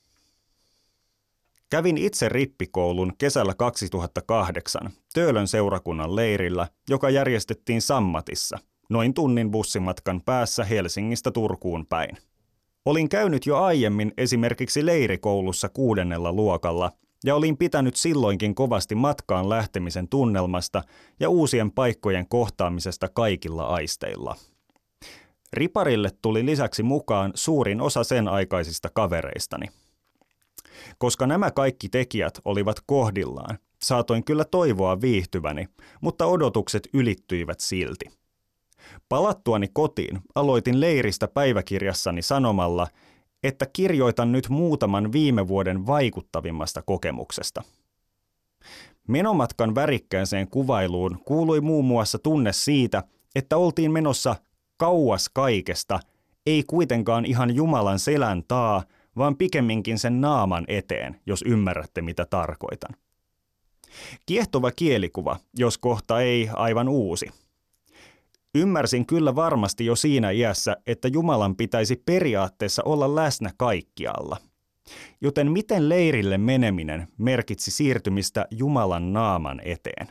Kävin itse rippikoulun kesällä 2008 Töölön seurakunnan leirillä, joka järjestettiin Sammatissa, noin tunnin bussimatkan päässä Helsingistä Turkuun päin. Olin käynyt jo aiemmin esimerkiksi leirikoulussa 6. luokalla ja olin pitänyt silloinkin kovasti matkaan lähtemisen tunnelmasta ja uusien paikkojen kohtaamisesta kaikilla aisteilla. Riparille tuli lisäksi mukaan suurin osa sen aikaisista kavereistani. Koska nämä kaikki tekijät olivat kohdillaan, saatoin kyllä toivoa viihtyväni, mutta odotukset ylittyivät silti. Palattuani kotiin aloitin leiristä päiväkirjassani sanomalla, että kirjoitan nyt muutaman viime vuoden vaikuttavimmasta kokemuksesta. Menomatkan värikkääseen kuvailuun kuului muun muassa tunne siitä, että oltiin menossa kauas kaikesta, ei kuitenkaan ihan Jumalan selän taa, vaan pikemminkin sen naaman eteen, jos ymmärrätte mitä tarkoitan. Kiehtova kielikuva, jos kohta ei aivan uusi. Ymmärsin kyllä varmasti jo siinä iässä, että Jumalan pitäisi periaatteessa olla läsnä kaikkialla. Joten miten leirille meneminen merkitsi siirtymistä Jumalan naaman eteen?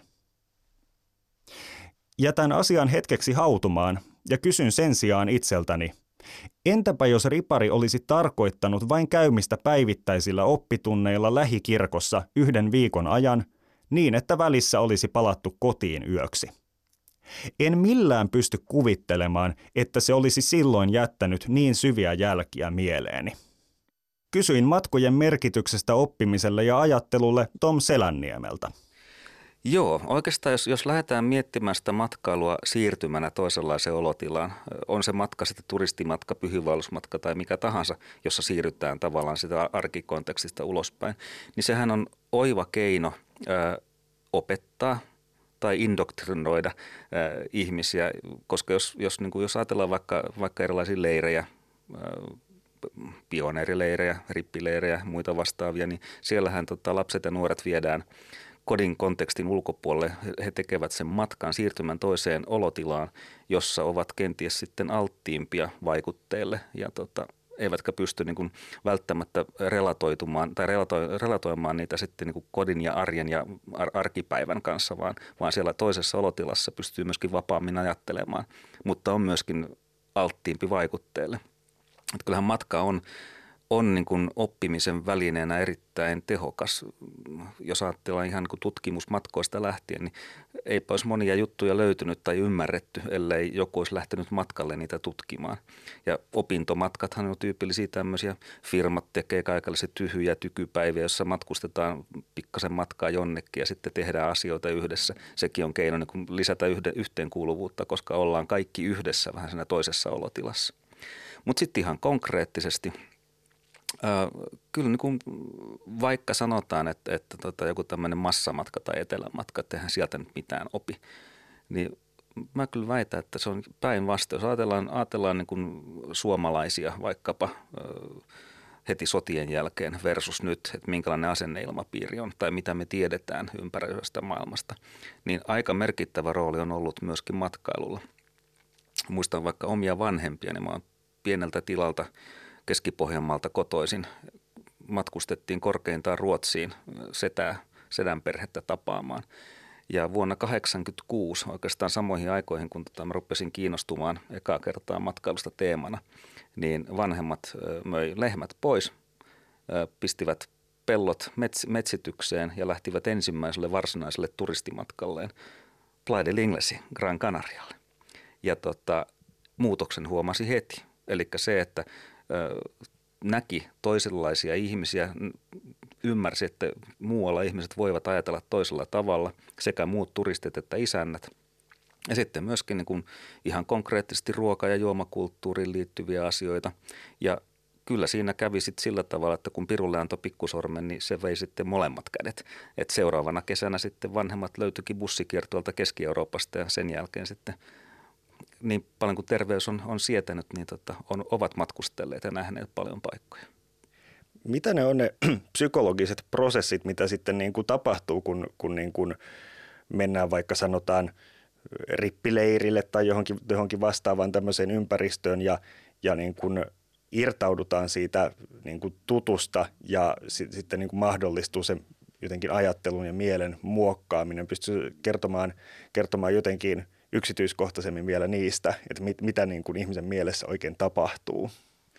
Jätän asian hetkeksi hautumaan ja kysyn sen sijaan itseltäni, entäpä jos ripari olisi tarkoittanut vain käymistä päivittäisillä oppitunneilla lähikirkossa 1 viikon ajan, niin että välissä olisi palattu kotiin yöksi? En millään pysty kuvittelemaan, että se olisi silloin jättänyt niin syviä jälkiä mieleeni. Kysyin matkojen merkityksestä oppimiselle ja ajattelulle Tom Selänniemeltä.
Joo, oikeastaan jos lähdetään miettimään sitä matkailua siirtymänä toisenlaiseen olotilaan, on se matka sitten turistimatka, pyhiinvaellusmatka tai mikä tahansa, jossa siirrytään tavallaan sitä arkikontekstista ulospäin, niin sehän on oiva keino opettaa tai indoktrinoida ihmisiä, koska jos ajatellaan vaikka erilaisia leirejä, pioneerileirejä, rippileirejä ja muita vastaavia, niin siellähän lapset ja nuoret viedään kodin kontekstin ulkopuolelle. He tekevät sen matkan siirtymän toiseen olotilaan, jossa ovat kenties sitten alttiimpia vaikutteille ja eivätkä pysty niin kuin välttämättä relatoitumaan tai relatoimaan niitä sitten niin kuin kodin ja arjen ja arkipäivän kanssa, vaan siellä toisessa olotilassa pystyy myöskin vapaammin ajattelemaan, mutta on myöskin alttiimpi vaikutteelle. Että kyllähän matka on niin kuin oppimisen välineenä erittäin tehokas. Jos ajatellaan ihan niin kuin tutkimusmatkoista lähtien, niin eipä olisi monia juttuja löytynyt tai ymmärretty, ellei joku olisi lähtenyt matkalle niitä tutkimaan. Ja opintomatkathan on tyypillisiä tämmöisiä, firmat tekee kaikenlaisia tyhjiä tykypäiviä, jossa matkustetaan pikkasen matkaa jonnekin ja sitten tehdään asioita yhdessä. Sekin on keino niin kuin lisätä yhteenkuuluvuutta, koska ollaan kaikki yhdessä vähän siinä toisessa olotilassa. Mutta sitten ihan konkreettisesti, kyllä niin kuin vaikka sanotaan, että joku tämmöinen massamatka tai etelämatka, että eihän sieltä nyt mitään opi, niin mä kyllä väitän, että se on päinvastoin. Jos ajatellaan niin kuin suomalaisia vaikkapa heti sotien jälkeen versus nyt, että minkälainen asenneilmapiiri on tai mitä me tiedetään ympäröivästä maailmasta, niin aika merkittävä rooli on ollut myöskin matkailulla. Muistan vaikka omia vanhempia, niin mä oon pieneltä tilalta Keski-Pohjanmaalta kotoisin. Matkustettiin korkeintaan Ruotsiin sedän perhettä tapaamaan. Ja vuonna 1986, oikeastaan samoihin aikoihin, kun mä rupesin kiinnostumaan ekaa kertaa matkailusta teemana, niin vanhemmat möi lehmät pois, pistivät pellot metsitykseen ja lähtivät ensimmäiselle varsinaiselle turistimatkalleen Playa del Inglesiin, Gran Canarialle. Ja muutoksen huomasi heti. Eli se, että näki toisenlaisia ihmisiä, ymmärsi, että muualla ihmiset voivat ajatella toisella tavalla, sekä muut turistit että isännät. Ja sitten myöskin niin kuin ihan konkreettisesti ruoka- ja juomakulttuuriin liittyviä asioita. Ja kyllä siinä kävi sitten sillä tavalla, että kun pirulle antoi pikkusormen, niin se vei sitten molemmat kädet. Et seuraavana kesänä sitten vanhemmat löytyikin bussikiertueelta Keski-Euroopasta ja sen jälkeen sitten niin paljon kuin terveys on sietänyt, niin ovat matkustelleet ja nähneet paljon paikkoja.
Mitä ne on ne psykologiset prosessit, mitä sitten niin kuin tapahtuu, kun niin kuin mennään vaikka sanotaan rippileirille tai johonkin vastaavaan tämmöiseen ympäristöön ja niin kuin irtaudutaan siitä niin kuin tutusta ja sitten niin kuin mahdollistuu se jotenkin ajattelun ja mielen muokkaaminen. Pystyy kertomaan jotenkin yksityiskohtaisemmin vielä niistä, että mitä niin kuin ihmisen mielessä oikein tapahtuu.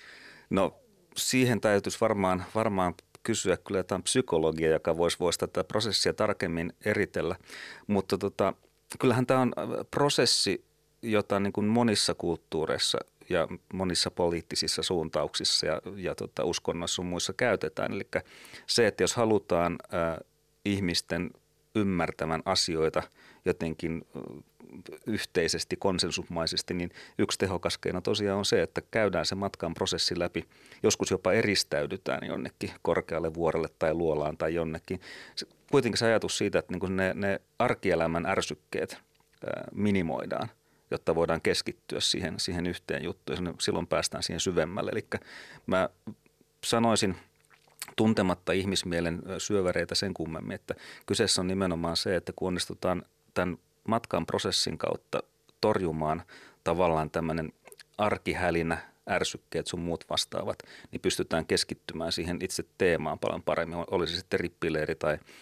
No siihen täytyisi varmaan kysyä kyllä jotain psykologia, joka voisi tätä prosessia tarkemmin eritellä, mutta kyllähän tämä on prosessi, jota niin kuin monissa kulttuureissa ja monissa poliittisissa suuntauksissa ja uskonnoissa ja muissa käytetään. Eli se, että jos halutaan ihmisten ymmärtävän asioita jotenkin yhteisesti, konsensusmaisesti, niin yksi tehokas keino tosiaan on se, että käydään se matkan prosessi läpi. Joskus jopa eristäydytään jonnekin korkealle vuorelle tai luolaan tai jonnekin. Kuitenkin se ajatus siitä, että niin ne arkielämän ärsykkeet minimoidaan, jotta voidaan keskittyä siihen yhteen juttuun ja silloin päästään siihen syvemmälle. Eli mä sanoisin tuntematta ihmismielen syöväreitä sen kummemmin, että kyseessä on nimenomaan se, että kun onnistutaan tämän matkan prosessin kautta torjumaan tavallaan tämmöinen arkihälinä, ärsykkeet sun muut vastaavat, niin pystytään keskittymään siihen itse teemaan paljon paremmin. Oli se sitten rippileiri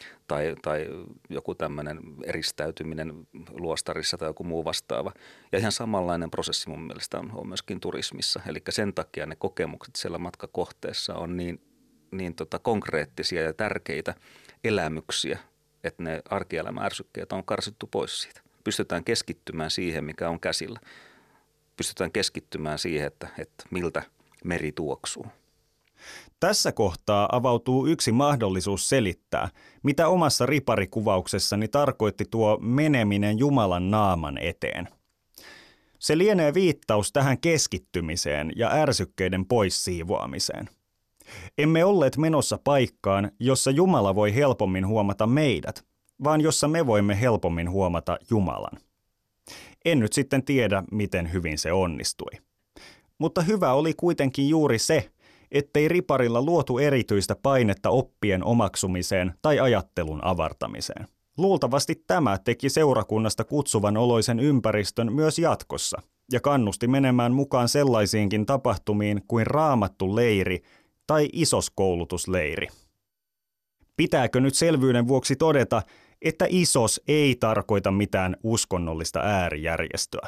tai joku tämmöinen eristäytyminen luostarissa tai joku muu vastaava. Ja ihan samanlainen prosessi mun mielestä on myöskin turismissa. Eli sen takia ne kokemukset siellä matkakohteessa on niin konkreettisia ja tärkeitä elämyksiä, että ne arkielämän ärsykkeet on karsittu pois siitä. Pystytään keskittymään siihen, mikä on käsillä. Pystytään keskittymään siihen, että miltä meri tuoksuu.
Tässä kohtaa avautuu yksi mahdollisuus selittää, mitä omassa riparikuvauksessani tarkoitti tuo meneminen Jumalan naaman eteen. Se lienee viittaus tähän keskittymiseen ja ärsykkeiden poissiivoamiseen. Emme olleet menossa paikkaan, jossa Jumala voi helpommin huomata meidät, vaan jossa me voimme helpommin huomata Jumalan. En nyt sitten tiedä, miten hyvin se onnistui. Mutta hyvä oli kuitenkin juuri se, ettei riparilla luotu erityistä painetta oppien omaksumiseen tai ajattelun avartamiseen. Luultavasti tämä teki seurakunnasta kutsuvan oloisen ympäristön myös jatkossa ja kannusti menemään mukaan sellaisiinkin tapahtumiin kuin raamattu leiri tai isoskoulutusleiri. Pitääkö nyt selvyyden vuoksi todeta, että isos ei tarkoita mitään uskonnollista äärijärjestöä?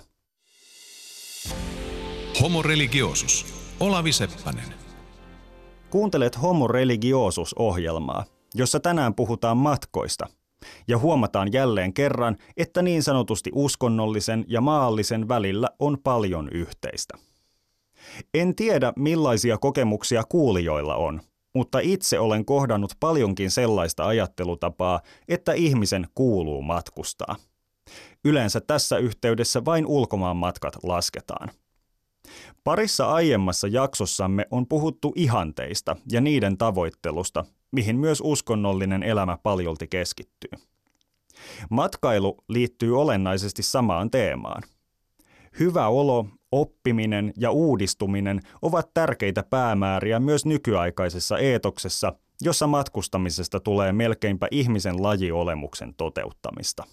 Homo religiosus. Olavi Seppänen.
Kuuntelet Homo religiosus-ohjelmaa, jossa tänään puhutaan matkoista. Ja huomataan jälleen kerran, että niin sanotusti uskonnollisen ja maallisen välillä on paljon yhteistä. En tiedä, millaisia kokemuksia kuulijoilla on, mutta itse olen kohdannut paljonkin sellaista ajattelutapaa, että ihmisen kuuluu matkustaa. Yleensä tässä yhteydessä vain ulkomaanmatkat lasketaan. Parissa aiemmassa jaksossamme on puhuttu ihanteista ja niiden tavoittelusta, mihin myös uskonnollinen elämä paljolti keskittyy. Matkailu liittyy olennaisesti samaan teemaan. Hyvä olo, oppiminen ja uudistuminen ovat tärkeitä päämääriä myös nykyaikaisessa eetoksessa, jossa matkustamisesta tulee melkeinpä ihmisen lajiolemuksen toteuttamista.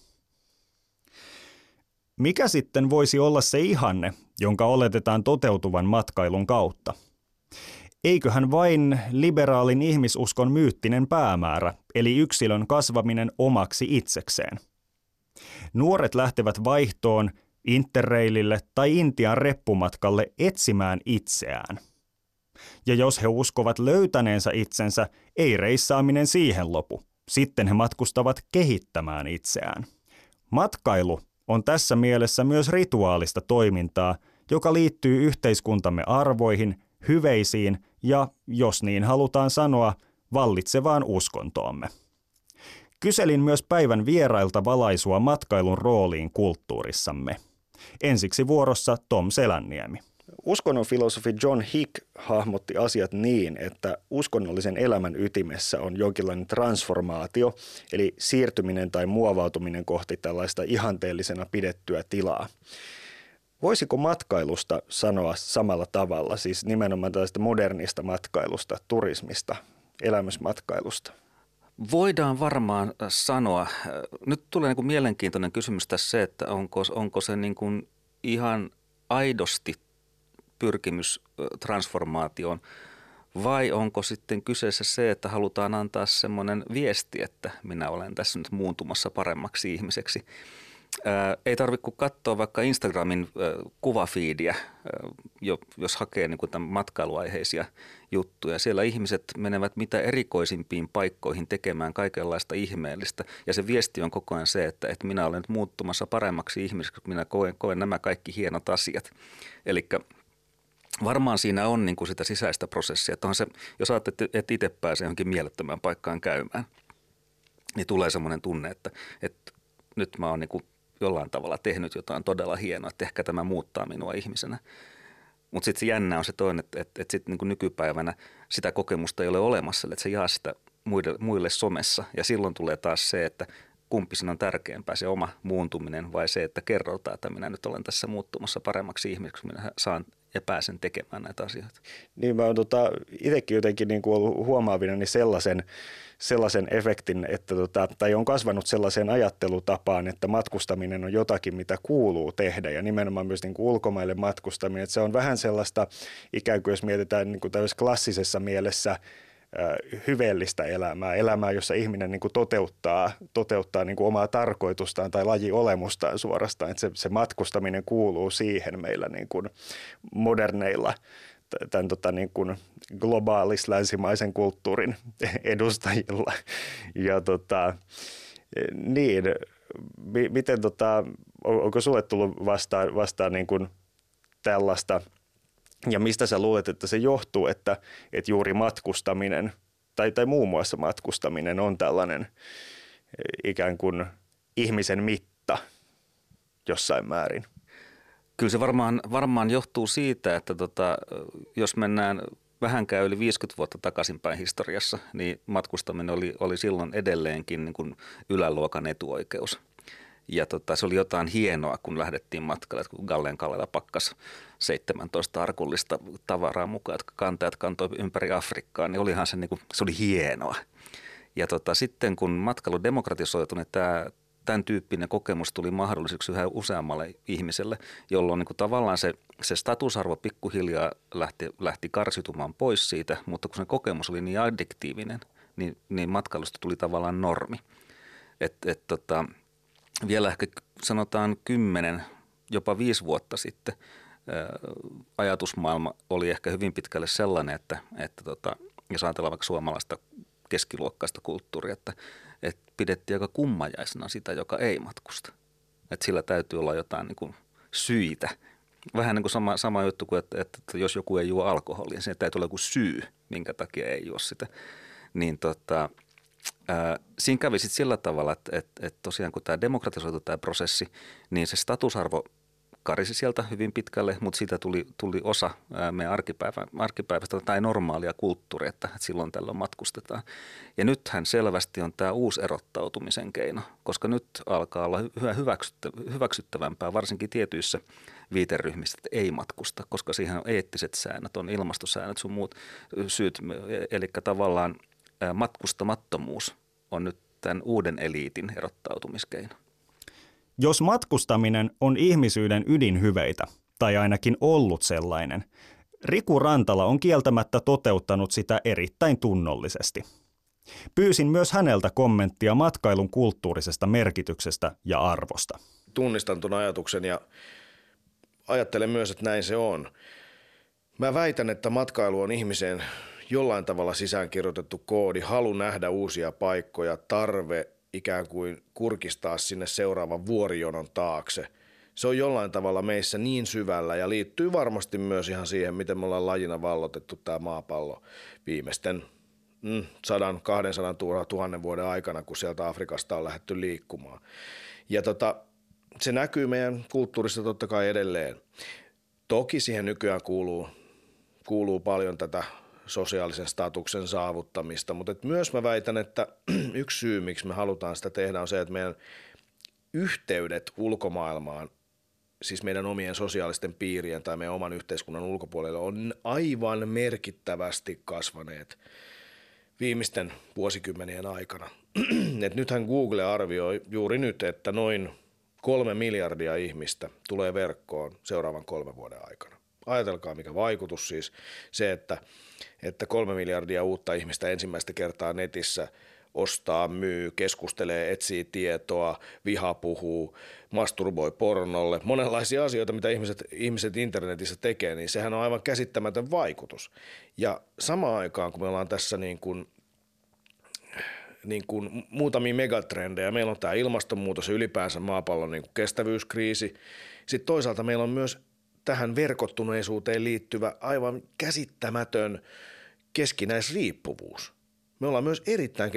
Mikä sitten voisi olla se ihanne, jonka oletetaan toteutuvan matkailun kautta? Eiköhän vain liberaalin ihmisuskon myyttinen päämäärä, eli yksilön kasvaminen omaksi itsekseen. Nuoret lähtevät vaihtoon, interrailille tai Intian reppumatkalle etsimään itseään. Ja jos he uskovat löytäneensä itsensä, ei reissaaminen siihen lopu. Sitten he matkustavat kehittämään itseään. Matkailu on tässä mielessä myös rituaalista toimintaa, joka liittyy yhteiskuntamme arvoihin, hyveisiin ja, jos niin halutaan sanoa, vallitsevaan uskontoomme. Kyselin myös päivän vierailta valaisua matkailun rooliin kulttuurissamme. Ensiksi vuorossa Tom Selänniemi. Uskonnon filosofi John Hick hahmotti asiat niin, että uskonnollisen elämän ytimessä on jonkinlainen transformaatio, eli siirtyminen tai muovautuminen kohti tällaista ihanteellisena pidettyä tilaa. Voisiko matkailusta sanoa samalla tavalla, siis nimenomaan tällaista modernista matkailusta, turismista, elämysmatkailusta?
Voidaan varmaan sanoa. Nyt tulee niin kuin mielenkiintoinen kysymys tässä se, että onko se niin kuin ihan aidosti pyrkimys transformaatioon vai onko sitten kyseessä se, että halutaan antaa semmoinen viesti, että minä olen tässä nyt muuntumassa paremmaksi ihmiseksi. Ei tarvitse kuin katsoa vaikka Instagramin kuvafiidiä, jos hakee niin kuin tämän matkailuaiheisia juttuja. Siellä ihmiset menevät mitä erikoisimpiin paikkoihin tekemään kaikenlaista ihmeellistä. Ja se viesti on koko ajan se, että minä olen nyt muuttumassa paremmaksi ihmiseksi, kun minä koen nämä kaikki hienot asiat. Eli varmaan siinä on niin kuin sitä sisäistä prosessia. Että se, jos ajattelet, että itse pääsee johonkin mielettömään paikkaan käymään, niin tulee semmoinen tunne, että nyt mä oon niin kuin jollain tavalla tehnyt jotain todella hienoa, että ehkä tämä muuttaa minua ihmisenä. Mutta sitten se jännä on se toinen, että sitten niin nykypäivänä sitä kokemusta ei ole olemassa, että se jaa sitä muille somessa. Ja silloin tulee taas se, että kumpi siinä on tärkeämpää, se oma muuntuminen vai se, että kerrotaan, että minä nyt olen tässä muuttumassa paremmaksi ihmiseksi, kun minä saan ja pääsen tekemään näitä asioita.
Niin mä oon itsekin jotenkin niin kuin ollut huomaavinani sellaisen efektin, että tai on kasvanut sellaiseen ajattelutapaan, että matkustaminen on jotakin, mitä kuuluu tehdä ja nimenomaan myös niin kuin ulkomaille matkustaminen. Että se on vähän sellaista ikään kuin jos mietitään niin kuin tällaisessa klassisessa mielessä hyveellistä elämää, jossa ihminen niin kuin toteuttaa niin kuin omaa tarkoitustaan tai lajiolemustaan suorastaan. Että se matkustaminen kuuluu siihen meillä niin kuin moderneilla tämän niin kuin globaalis-länsimaisen kulttuurin edustajilla. Ja niin, miten onko sulle tullut vastaan niin kuin tällaista, ja mistä sä luulet, että se johtuu, että juuri matkustaminen tai muun muassa matkustaminen on tällainen ikään kuin ihmisen mitta jossain määrin?
Kyllä se varmaan johtuu siitä, että jos mennään vähänkään yli 50 vuotta takaisinpäin historiassa, niin matkustaminen oli silloin edelleenkin niin kuin yläluokan etuoikeus. Ja se oli jotain hienoa, kun lähdettiin matkalle, kun Gallen Kallella pakkas 17 arkullista tavaraa mukaan, jotka kantajat kantoi ympäri Afrikkaa, niin olihan se, niin kuin, se oli hienoa. Ja sitten kun matkailu demokratisoitui, niin tämän tyyppinen kokemus tuli mahdolliseksi yhä useammalle ihmiselle, jolloin niin kuin tavallaan se statusarvo pikkuhiljaa lähti karsitumaan pois siitä, mutta kun se kokemus oli niin addiktiivinen, niin matkailusta tuli tavallaan normi. Vielä ehkä sanotaan 10, jopa 5 vuotta sitten ajatusmaailma oli ehkä hyvin pitkälle sellainen, että jos ajatellaan vaikka suomalaista keskiluokkaista kulttuuria, että pidettiin aika kummajaisena sitä, joka ei matkusta. Että sillä täytyy olla jotain niin kuin syitä. Vähän niin kuin sama juttu kuin, että jos joku ei juo alkoholia, niin se täytyy olla joku syy, minkä takia ei juo sitä. Niin siinä kävi sitten sillä tavalla, että tosiaan kun tämä demokratisoitu tämä prosessi, niin se statusarvo karisi sieltä hyvin pitkälle, mutta siitä tuli osa meidän arkipäivästä tai normaalia kulttuuria, että silloin tällöin matkustetaan. Ja nythän selvästi on tämä uusi erottautumisen keino, koska nyt alkaa olla hyväksyttävämpää, varsinkin tietyissä viiteryhmissä, että ei matkusta, koska siihen on eettiset säännöt, on ilmastosäännöt, sun muut syyt, eli tavallaan matkustamattomuus on nyt tämän uuden eliitin erottautumiskeino.
Jos matkustaminen on ihmisyyden ydinhyveitä, tai ainakin ollut sellainen, Riku Rantala on kieltämättä toteuttanut sitä erittäin tunnollisesti. Pyysin myös häneltä kommenttia matkailun kulttuurisesta merkityksestä ja arvosta.
Tunnistan tuon ajatuksen ja ajattelen myös, että näin se on. Mä väitän, että matkailu on ihmiseen jollain tavalla sisäänkirjoitettu koodi, halu nähdä uusia paikkoja, tarve ikään kuin kurkistaa sinne seuraavan vuorijonon taakse. Se on jollain tavalla meissä niin syvällä ja liittyy varmasti myös ihan siihen, miten me ollaan lajina vallotettu tämä maapallo viimeisten 100-200 000 vuoden aikana, kun sieltä Afrikasta on lähdetty liikkumaan. Ja se näkyy meidän kulttuurissa totta kai edelleen. Toki siihen nykyään kuuluu paljon tätä sosiaalisen statuksen saavuttamista, mutta myös mä väitän, että yksi syy, miksi me halutaan sitä tehdä, on se, että meidän yhteydet ulkomaailmaan, siis meidän omien sosiaalisten piirien tai meidän oman yhteiskunnan ulkopuolelle, on aivan merkittävästi kasvaneet viimeisten vuosikymmenien aikana. Et nythän Google arvioi juuri nyt, että noin 3 miljardia ihmistä tulee verkkoon seuraavan 3 vuoden aikana. Ajatelkaa mikä vaikutus siis se, että 3 miljardia uutta ihmistä ensimmäistä kertaa netissä ostaa, myy, keskustelee, etsii tietoa, vihapuhuu, masturboi pornolle. Monenlaisia asioita, mitä ihmiset internetissä tekee, niin sehän on aivan käsittämätön vaikutus. Ja samaan aikaan, kun me ollaan tässä niin kuin muutamia megatrendejä, meillä on tämä ilmastonmuutos ja ylipäänsä maapallon niin kuin kestävyyskriisi. Sitten toisaalta meillä on myös tähän verkottuneisuuteen liittyvä aivan käsittämätön keskinäisriippuvuus. Me ollaan myös erittäin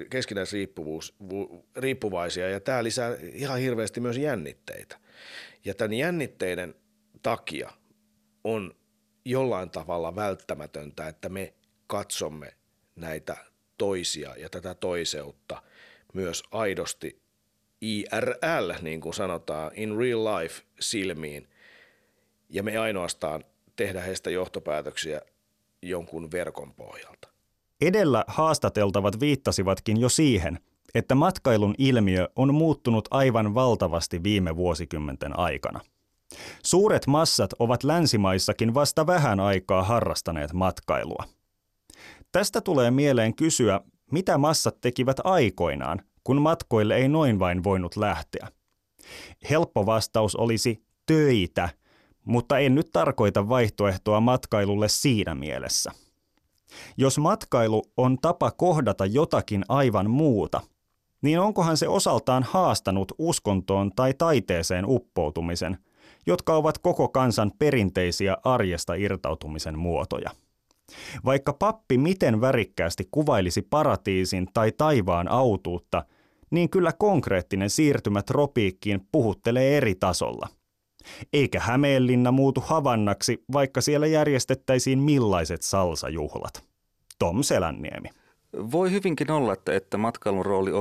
keskinäisriippuvaisia ja tämä lisää ihan hirveästi myös jännitteitä. Ja tämän jännitteiden takia on jollain tavalla välttämätöntä, että me katsomme näitä toisia ja tätä toiseutta myös aidosti IRL, niin kuin sanotaan, in real life silmiin. Ja me ainoastaan tehdä heistä johtopäätöksiä jonkun verkon pohjalta.
Edellä haastateltavat viittasivatkin jo siihen, että matkailun ilmiö on muuttunut aivan valtavasti viime vuosikymmenten aikana. Suuret massat ovat länsimaissakin vasta vähän aikaa harrastaneet matkailua. Tästä tulee mieleen kysyä, mitä massat tekivät aikoinaan, kun matkoille ei noin vain voinut lähteä. Helppo vastaus olisi töitä, mutta en nyt tarkoita vaihtoehtoa matkailulle siinä mielessä. Jos matkailu on tapa kohdata jotakin aivan muuta, niin onkohan se osaltaan haastanut uskontoon tai taiteeseen uppoutumisen, jotka ovat koko kansan perinteisiä arjesta irtautumisen muotoja. Vaikka pappi miten värikkäästi kuvailisi paratiisin tai taivaan autuutta, niin kyllä konkreettinen siirtymä tropiikkiin puhuttelee eri tasolla. Eikä Hämeenlinna muutu Havannaksi, vaikka siellä järjestettäisiin millaiset salsajuhlat. Tom Selänniemi.
Voi hyvinkin olla, että matkailun rooli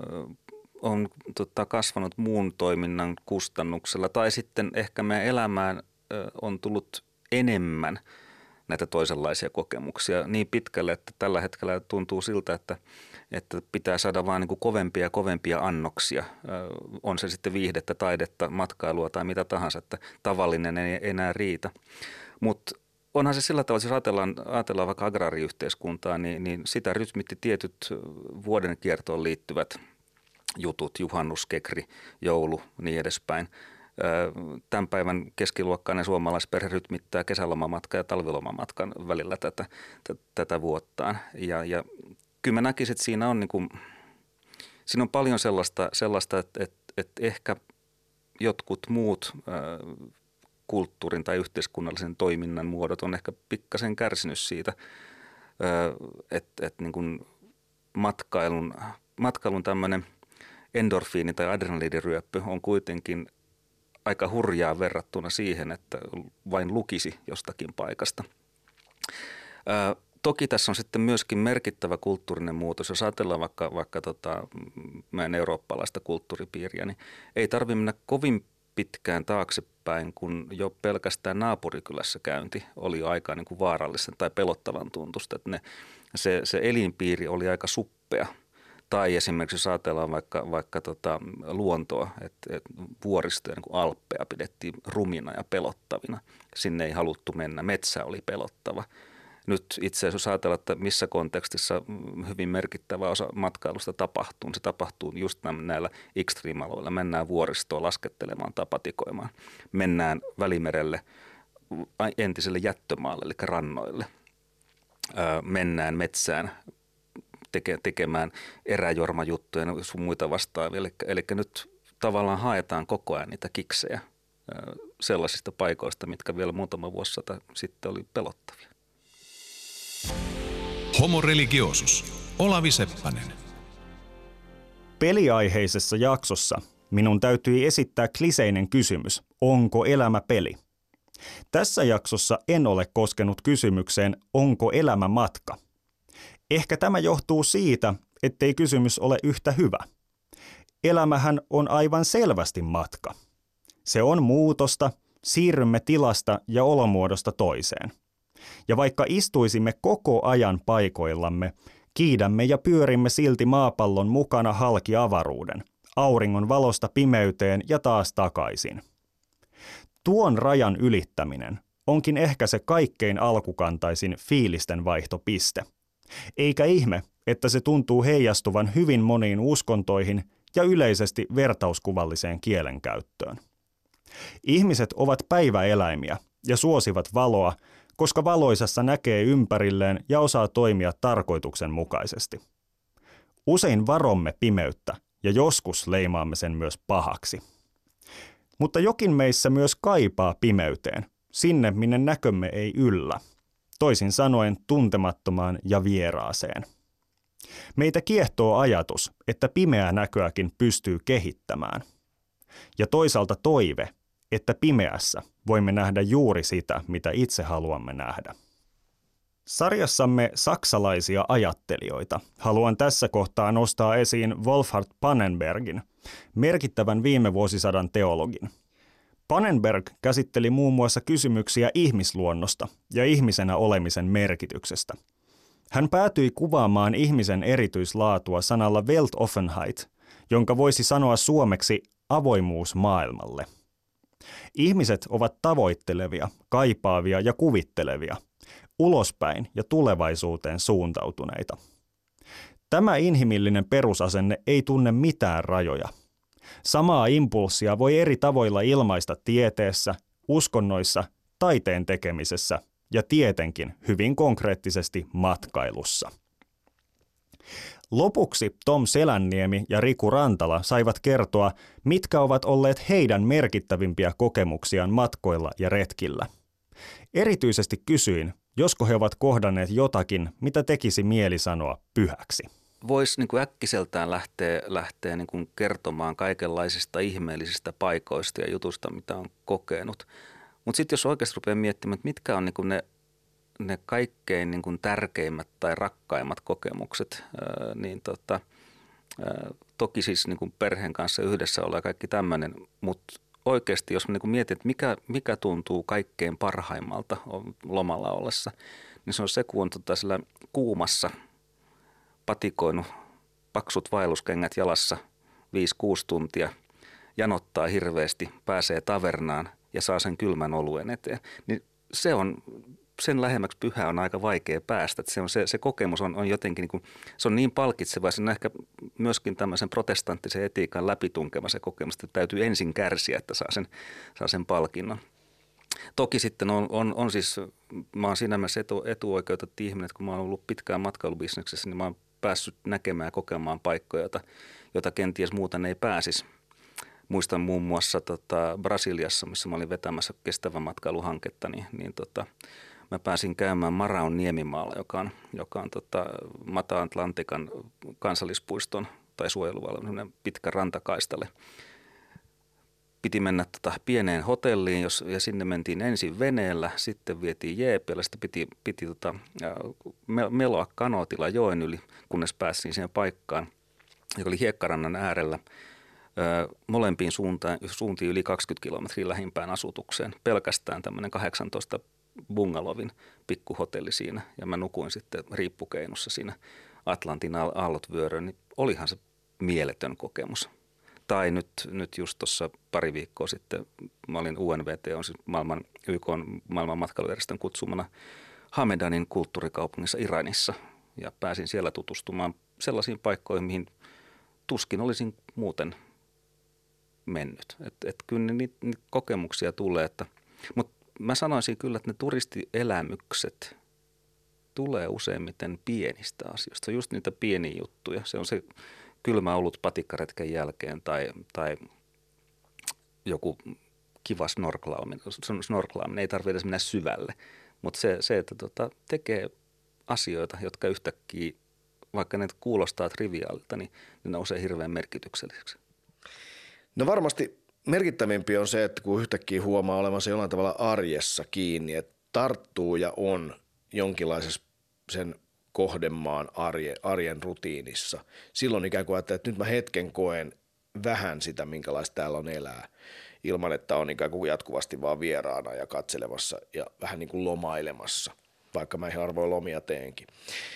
on kasvanut muun toiminnan kustannuksella, tai sitten ehkä meidän elämään on tullut enemmän näitä toisenlaisia kokemuksia niin pitkälle, että tällä hetkellä tuntuu siltä, että pitää saada vaan niin kuin kovempia ja kovempia annoksia. On se sitten viihdettä, taidetta, matkailua tai mitä tahansa, että tavallinen ei enää riitä. Mutta onhan se sillä tavalla, että jos ajatellaan vaikka agraariyhteiskuntaa, niin sitä rytmitti tietyt vuoden kiertoon liittyvät jutut, juhannus, kekri, joulu, niin edespäin. Tämän päivän keskiluokkainen suomalaisperhe rytmittää kesälomamatkan ja talvilomamatkan välillä tätä vuottaan. Ja kyllä mä näkisin, että siinä on paljon sellaista että ehkä jotkut muut kulttuurin tai yhteiskunnallisen toiminnan muodot on ehkä pikkasen kärsinyt siitä, että niin kuin matkailun tämmöinen endorfiini- tai adrenaliiniryöppy on kuitenkin aika hurjaa verrattuna siihen, että vain lukisi jostakin paikasta. Toki tässä on sitten myöskin merkittävä kulttuurinen muutos. Jos ajatellaan vaikka meidän eurooppalaista kulttuuripiiriä, niin ei tarvitse mennä kovin pitkään taaksepäin, kun jo pelkästään naapurikylässä käynti oli jo aika niin kuin vaarallisen tai pelottavan tuntusta. Että se elinpiiri oli aika suppea. Tai esimerkiksi jos ajatellaan vaikka luontoa, että vuoristoja, niin kuin alppeja pidettiin rumina ja pelottavina. Sinne ei haluttu mennä. Metsä oli pelottava. Nyt itse asiassa jos ajatellaan, että missä kontekstissa hyvin merkittävä osa matkailusta tapahtuu, niin se tapahtuu just näillä extreme-aloilla. Mennään vuoristoon laskettelemaan, tapatikoimaan. Mennään Välimerelle, entiselle jättömaalle, eli rannoille. Mennään metsään tekemään eräjormajuttuja ja sun muita vastaavia. Eli nyt tavallaan haetaan koko ajan niitä kiksejä sellaisista paikoista, mitkä vielä muutama vuosisata sitten oli pelottavia.
Homo religiosus. Olavi Seppänen.
Peliaiheisessa jaksossa minun täytyi esittää kliseinen kysymys, onko elämä peli? Tässä jaksossa en ole koskenut kysymykseen, onko elämä matka? Ehkä tämä johtuu siitä, ettei kysymys ole yhtä hyvä. Elämähän on aivan selvästi matka. Se on muutosta, siirrymme tilasta ja olomuodosta toiseen. Ja vaikka istuisimme koko ajan paikoillamme, kiidämme ja pyörimme silti maapallon mukana halki avaruuden, auringon valosta pimeyteen ja taas takaisin. Tuon rajan ylittäminen onkin ehkä se kaikkein alkukantaisin fiilisten vaihtopiste. Eikä ihme, että se tuntuu heijastuvan hyvin moniin uskontoihin ja yleisesti vertauskuvalliseen kielenkäyttöön. Ihmiset ovat päiväeläimiä ja suosivat valoa, koska valoisassa näkee ympärilleen ja osaa toimia tarkoituksenmukaisesti. Usein varomme pimeyttä ja joskus leimaamme sen myös pahaksi. Mutta jokin meissä myös kaipaa pimeyteen, sinne minne näkömme ei yllä. Toisin sanoen tuntemattomaan ja vieraaseen. Meitä kiehtoo ajatus, että pimeää näköäkin pystyy kehittämään. Ja toisaalta toive, että pimeässä voimme nähdä juuri sitä, mitä itse haluamme nähdä. Sarjassamme saksalaisia ajattelijoita haluan tässä kohtaa nostaa esiin Wolfhart Pannenbergin, merkittävän viime vuosisadan teologin. Pannenberg käsitteli muun muassa kysymyksiä ihmisluonnosta ja ihmisenä olemisen merkityksestä. Hän päätyi kuvaamaan ihmisen erityislaatua sanalla Weltoffenheit, jonka voisi sanoa suomeksi avoimuus maailmalle. Ihmiset ovat tavoittelevia, kaipaavia ja kuvittelevia, ulospäin ja tulevaisuuteen suuntautuneita. Tämä inhimillinen perusasenne ei tunne mitään rajoja. Samaa impulssia voi eri tavoilla ilmaista tieteessä, uskonnoissa, taiteen tekemisessä ja tietenkin hyvin konkreettisesti matkailussa. Lopuksi Tom Selänniemi ja Riku Rantala saivat kertoa, mitkä ovat olleet heidän merkittävimpiä kokemuksiaan matkoilla ja retkillä. Erityisesti kysyin, josko he ovat kohdanneet jotakin, mitä tekisi mieli sanoa pyhäksi.
Voisi niin kuin äkkiseltään lähteä niin kuin kertomaan kaikenlaisista ihmeellisistä paikoista ja jutusta, mitä on kokenut. Mutta sitten jos oikeasti rupeaa miettimään, että mitkä on niin kuin ne kaikkein niin kuin tärkeimmät tai rakkaimmat kokemukset, niin toki siis niin kuin perheen kanssa yhdessä olla kaikki tämmöinen, mutta oikeasti jos niin kuin mietit, että mikä tuntuu kaikkein parhaimmalta lomalla ollessa, niin se on se, kun on sillä kuumassa patikoinut paksut vaelluskengät jalassa 5-6 tuntia, janottaa hirveästi, pääsee tavernaan ja saa sen kylmän oluen eteen. Niin sen lähemmäksi pyhää on aika vaikea päästä. Että se kokemus on jotenkin, se on niin palkitseva, se on ehkä myöskin tämmöisen protestanttisen etiikan läpitunkema se kokemus, että täytyy ensin kärsiä, että saa sen palkinnon. Toki sitten on siis, mä oon siinä mielessä etuoikeutettu ihminen, että kun mä oon ollut pitkään matkailubisneksessä, niin mä oon päässyt näkemään ja kokemaan paikkoja, joita kenties muuten ei pääsisi. Muistan muun muassa Brasiliassa, missä mä olin vetämässä kestävän matkailuhanketta, niin mä pääsin käymään Maraon niemimaalla, joka on Mata-Atlantikan kansallispuiston tai suojelualueen pitkä rantakaistalle. Piti mennä pieneen hotelliin ja sinne mentiin ensin veneellä, sitten vietiin jeepillä, sitten piti meloa kanootilla joen yli, kunnes päästiin siihen paikkaan, joka oli hiekkarannan äärellä. Molempiin suuntiin yli 20 kilometriä lähimpään asutukseen. Pelkästään tämmöinen 18 bungalovin pikkuhotelli siinä ja mä nukuin sitten riippukeinussa siinä Atlantin aallot vyöröön, niin olihan se mieletön kokemus. Tai nyt just tuossa pari viikkoa sitten mä olin UNVT, on siis maailman matkailujärjestön kutsumana Hamedanin kulttuurikaupungissa Iranissa ja pääsin siellä tutustumaan sellaisiin paikkoihin, mihin tuskin olisin muuten mennyt. Et kyllä niitä kokemuksia tulee, mutta mä sanoisin kyllä, että ne turistielämykset tulee useimmiten pienistä asioista. Se on just niitä pieniä juttuja. Se on se kylmä ollut patikkaretken jälkeen tai joku kiva snorklaaminen. Ei tarvitse edes mennä syvälle, mutta se että tekee asioita, jotka yhtäkkiä, vaikka ne kuulostaa triviaalilta, niin ne nousee hirveän merkitykselliseksi.
No varmasti merkittävimpi on se, että kun yhtäkkiä huomaa olevansa jollain tavalla arjessa kiinni, että tarttuu ja on jonkinlaisessa sen kohdemaan arjen rutiinissa. Silloin ikään kuin ajattelee, että nyt mä hetken koen vähän sitä, minkälaista täällä on elää, ilman että on ikään kuin jatkuvasti vaan vieraana ja katselemassa ja vähän niin kuin lomailemassa, vaikka mä ihan harvoin lomia teenkin.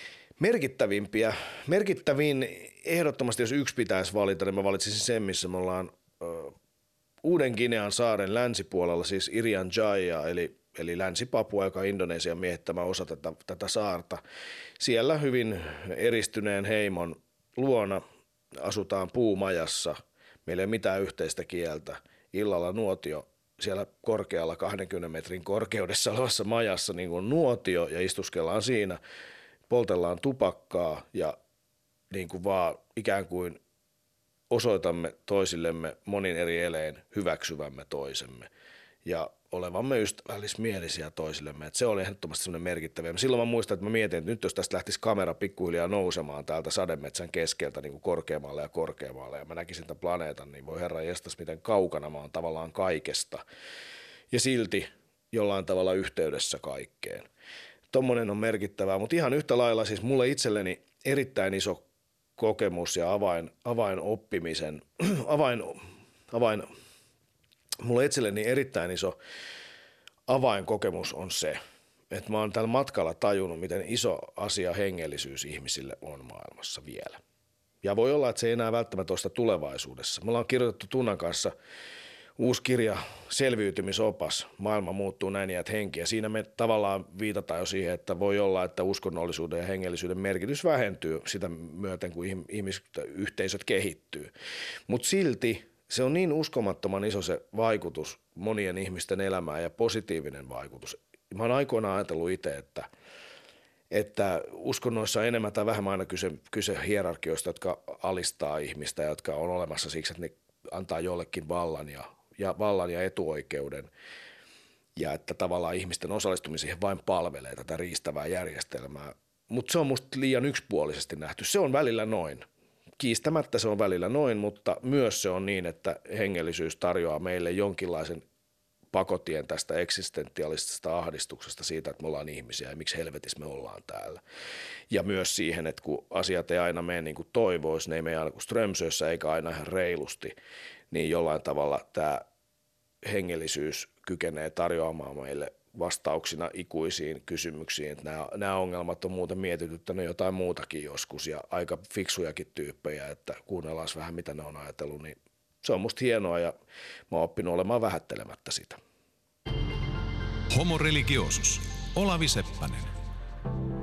Merkittävin ehdottomasti, jos yksi pitäisi valita, niin mä valitsisin sen, missä me ollaan Uuden Ginean saaren länsipuolella, siis Irian Jaya, eli Länsi-Papua, joka on Indonesian miehittämä osa tätä saarta. Siellä hyvin eristyneen heimon luona asutaan puumajassa, meillä ei ole mitään yhteistä kieltä. Illalla nuotio siellä korkealla 20 metrin korkeudessa olevassa majassa niin kuin nuotio ja istuskellaan siinä, poltellaan tupakkaa ja niin kuin vaan ikään kuin osoitamme toisillemme monin eri elein hyväksyvämme toisemme ja olevamme ystävällismielisiä toisillemme. Että se oli ehdottomasti semmoinen merkittävä. Silloin mä muistan, että mä mietin, että nyt jos tästä lähtisi kamera pikkuhiljaa nousemaan täältä sademetsän keskeltä niin kuin korkeammalle ja korkeammalle ja mä näkisin tämän planeetan, niin voi herra jestas, miten kaukana mä oon tavallaan kaikesta ja silti jollain tavalla yhteydessä kaikkeen. Tommonen on merkittävää, mutta ihan yhtä lailla siis mulle itselleni erittäin iso kokemus ja avainoppimisen, mulle itselleni erittäin iso avainkokemus on se, että mä oon tällä matkalla tajunnut, miten iso asia hengellisyys ihmisille on maailmassa vielä. Ja voi olla, että se ei enää välttämättä ole sitä tulevaisuudessa. Me ollaan kirjoitettu Tunnan kanssa uusi kirja, selviytymisopas, maailma muuttuu näin ja henki. Ja siinä me tavallaan viitataan jo siihen, että voi olla, että uskonnollisuuden ja hengellisyyden merkitys vähentyy sitä myöten, kun ihmisyhteisöt kehittyy. Mutta silti se on niin uskomattoman iso se vaikutus monien ihmisten elämään ja positiivinen vaikutus. Mä oon aikoinaan ajatellut itse, että uskonnoissa on enemmän tai vähemmän aina kyse hierarkioista, jotka alistaa ihmistä ja jotka on olemassa siksi, että ne antaa jollekin vallan ja etuoikeuden ja että tavallaan ihmisten osallistuminen siihen vain palvelee tätä riistävää järjestelmää. Mutta se on musta liian yksipuolisesti nähty. Se on välillä noin. Kiistämättä se on välillä noin, mutta myös se on niin, että hengellisyys tarjoaa meille jonkinlaisen pakotien tästä eksistentialistisesta ahdistuksesta siitä, että me ollaan ihmisiä ja miksi helvetissä me ollaan täällä. Ja myös siihen, että kun asiat ei aina mene niin kuin toivoisi, ne ei mene aina kuin Strömsössä eikä aina ihan reilusti, niin jollain tavalla tämä hengellisyys kykenee tarjoamaan meille vastauksina ikuisiin kysymyksiin, että nämä ongelmat on muuten mietityttänyt jotain muutakin joskus ja aika fiksujakin tyyppejä, että kuunnellaan vähän mitä ne on ajatellut, niin se on musta hienoa ja mä oon oppinut olemaan vähättelemättä sitä.
Homo religiosus. Olavi Seppänen.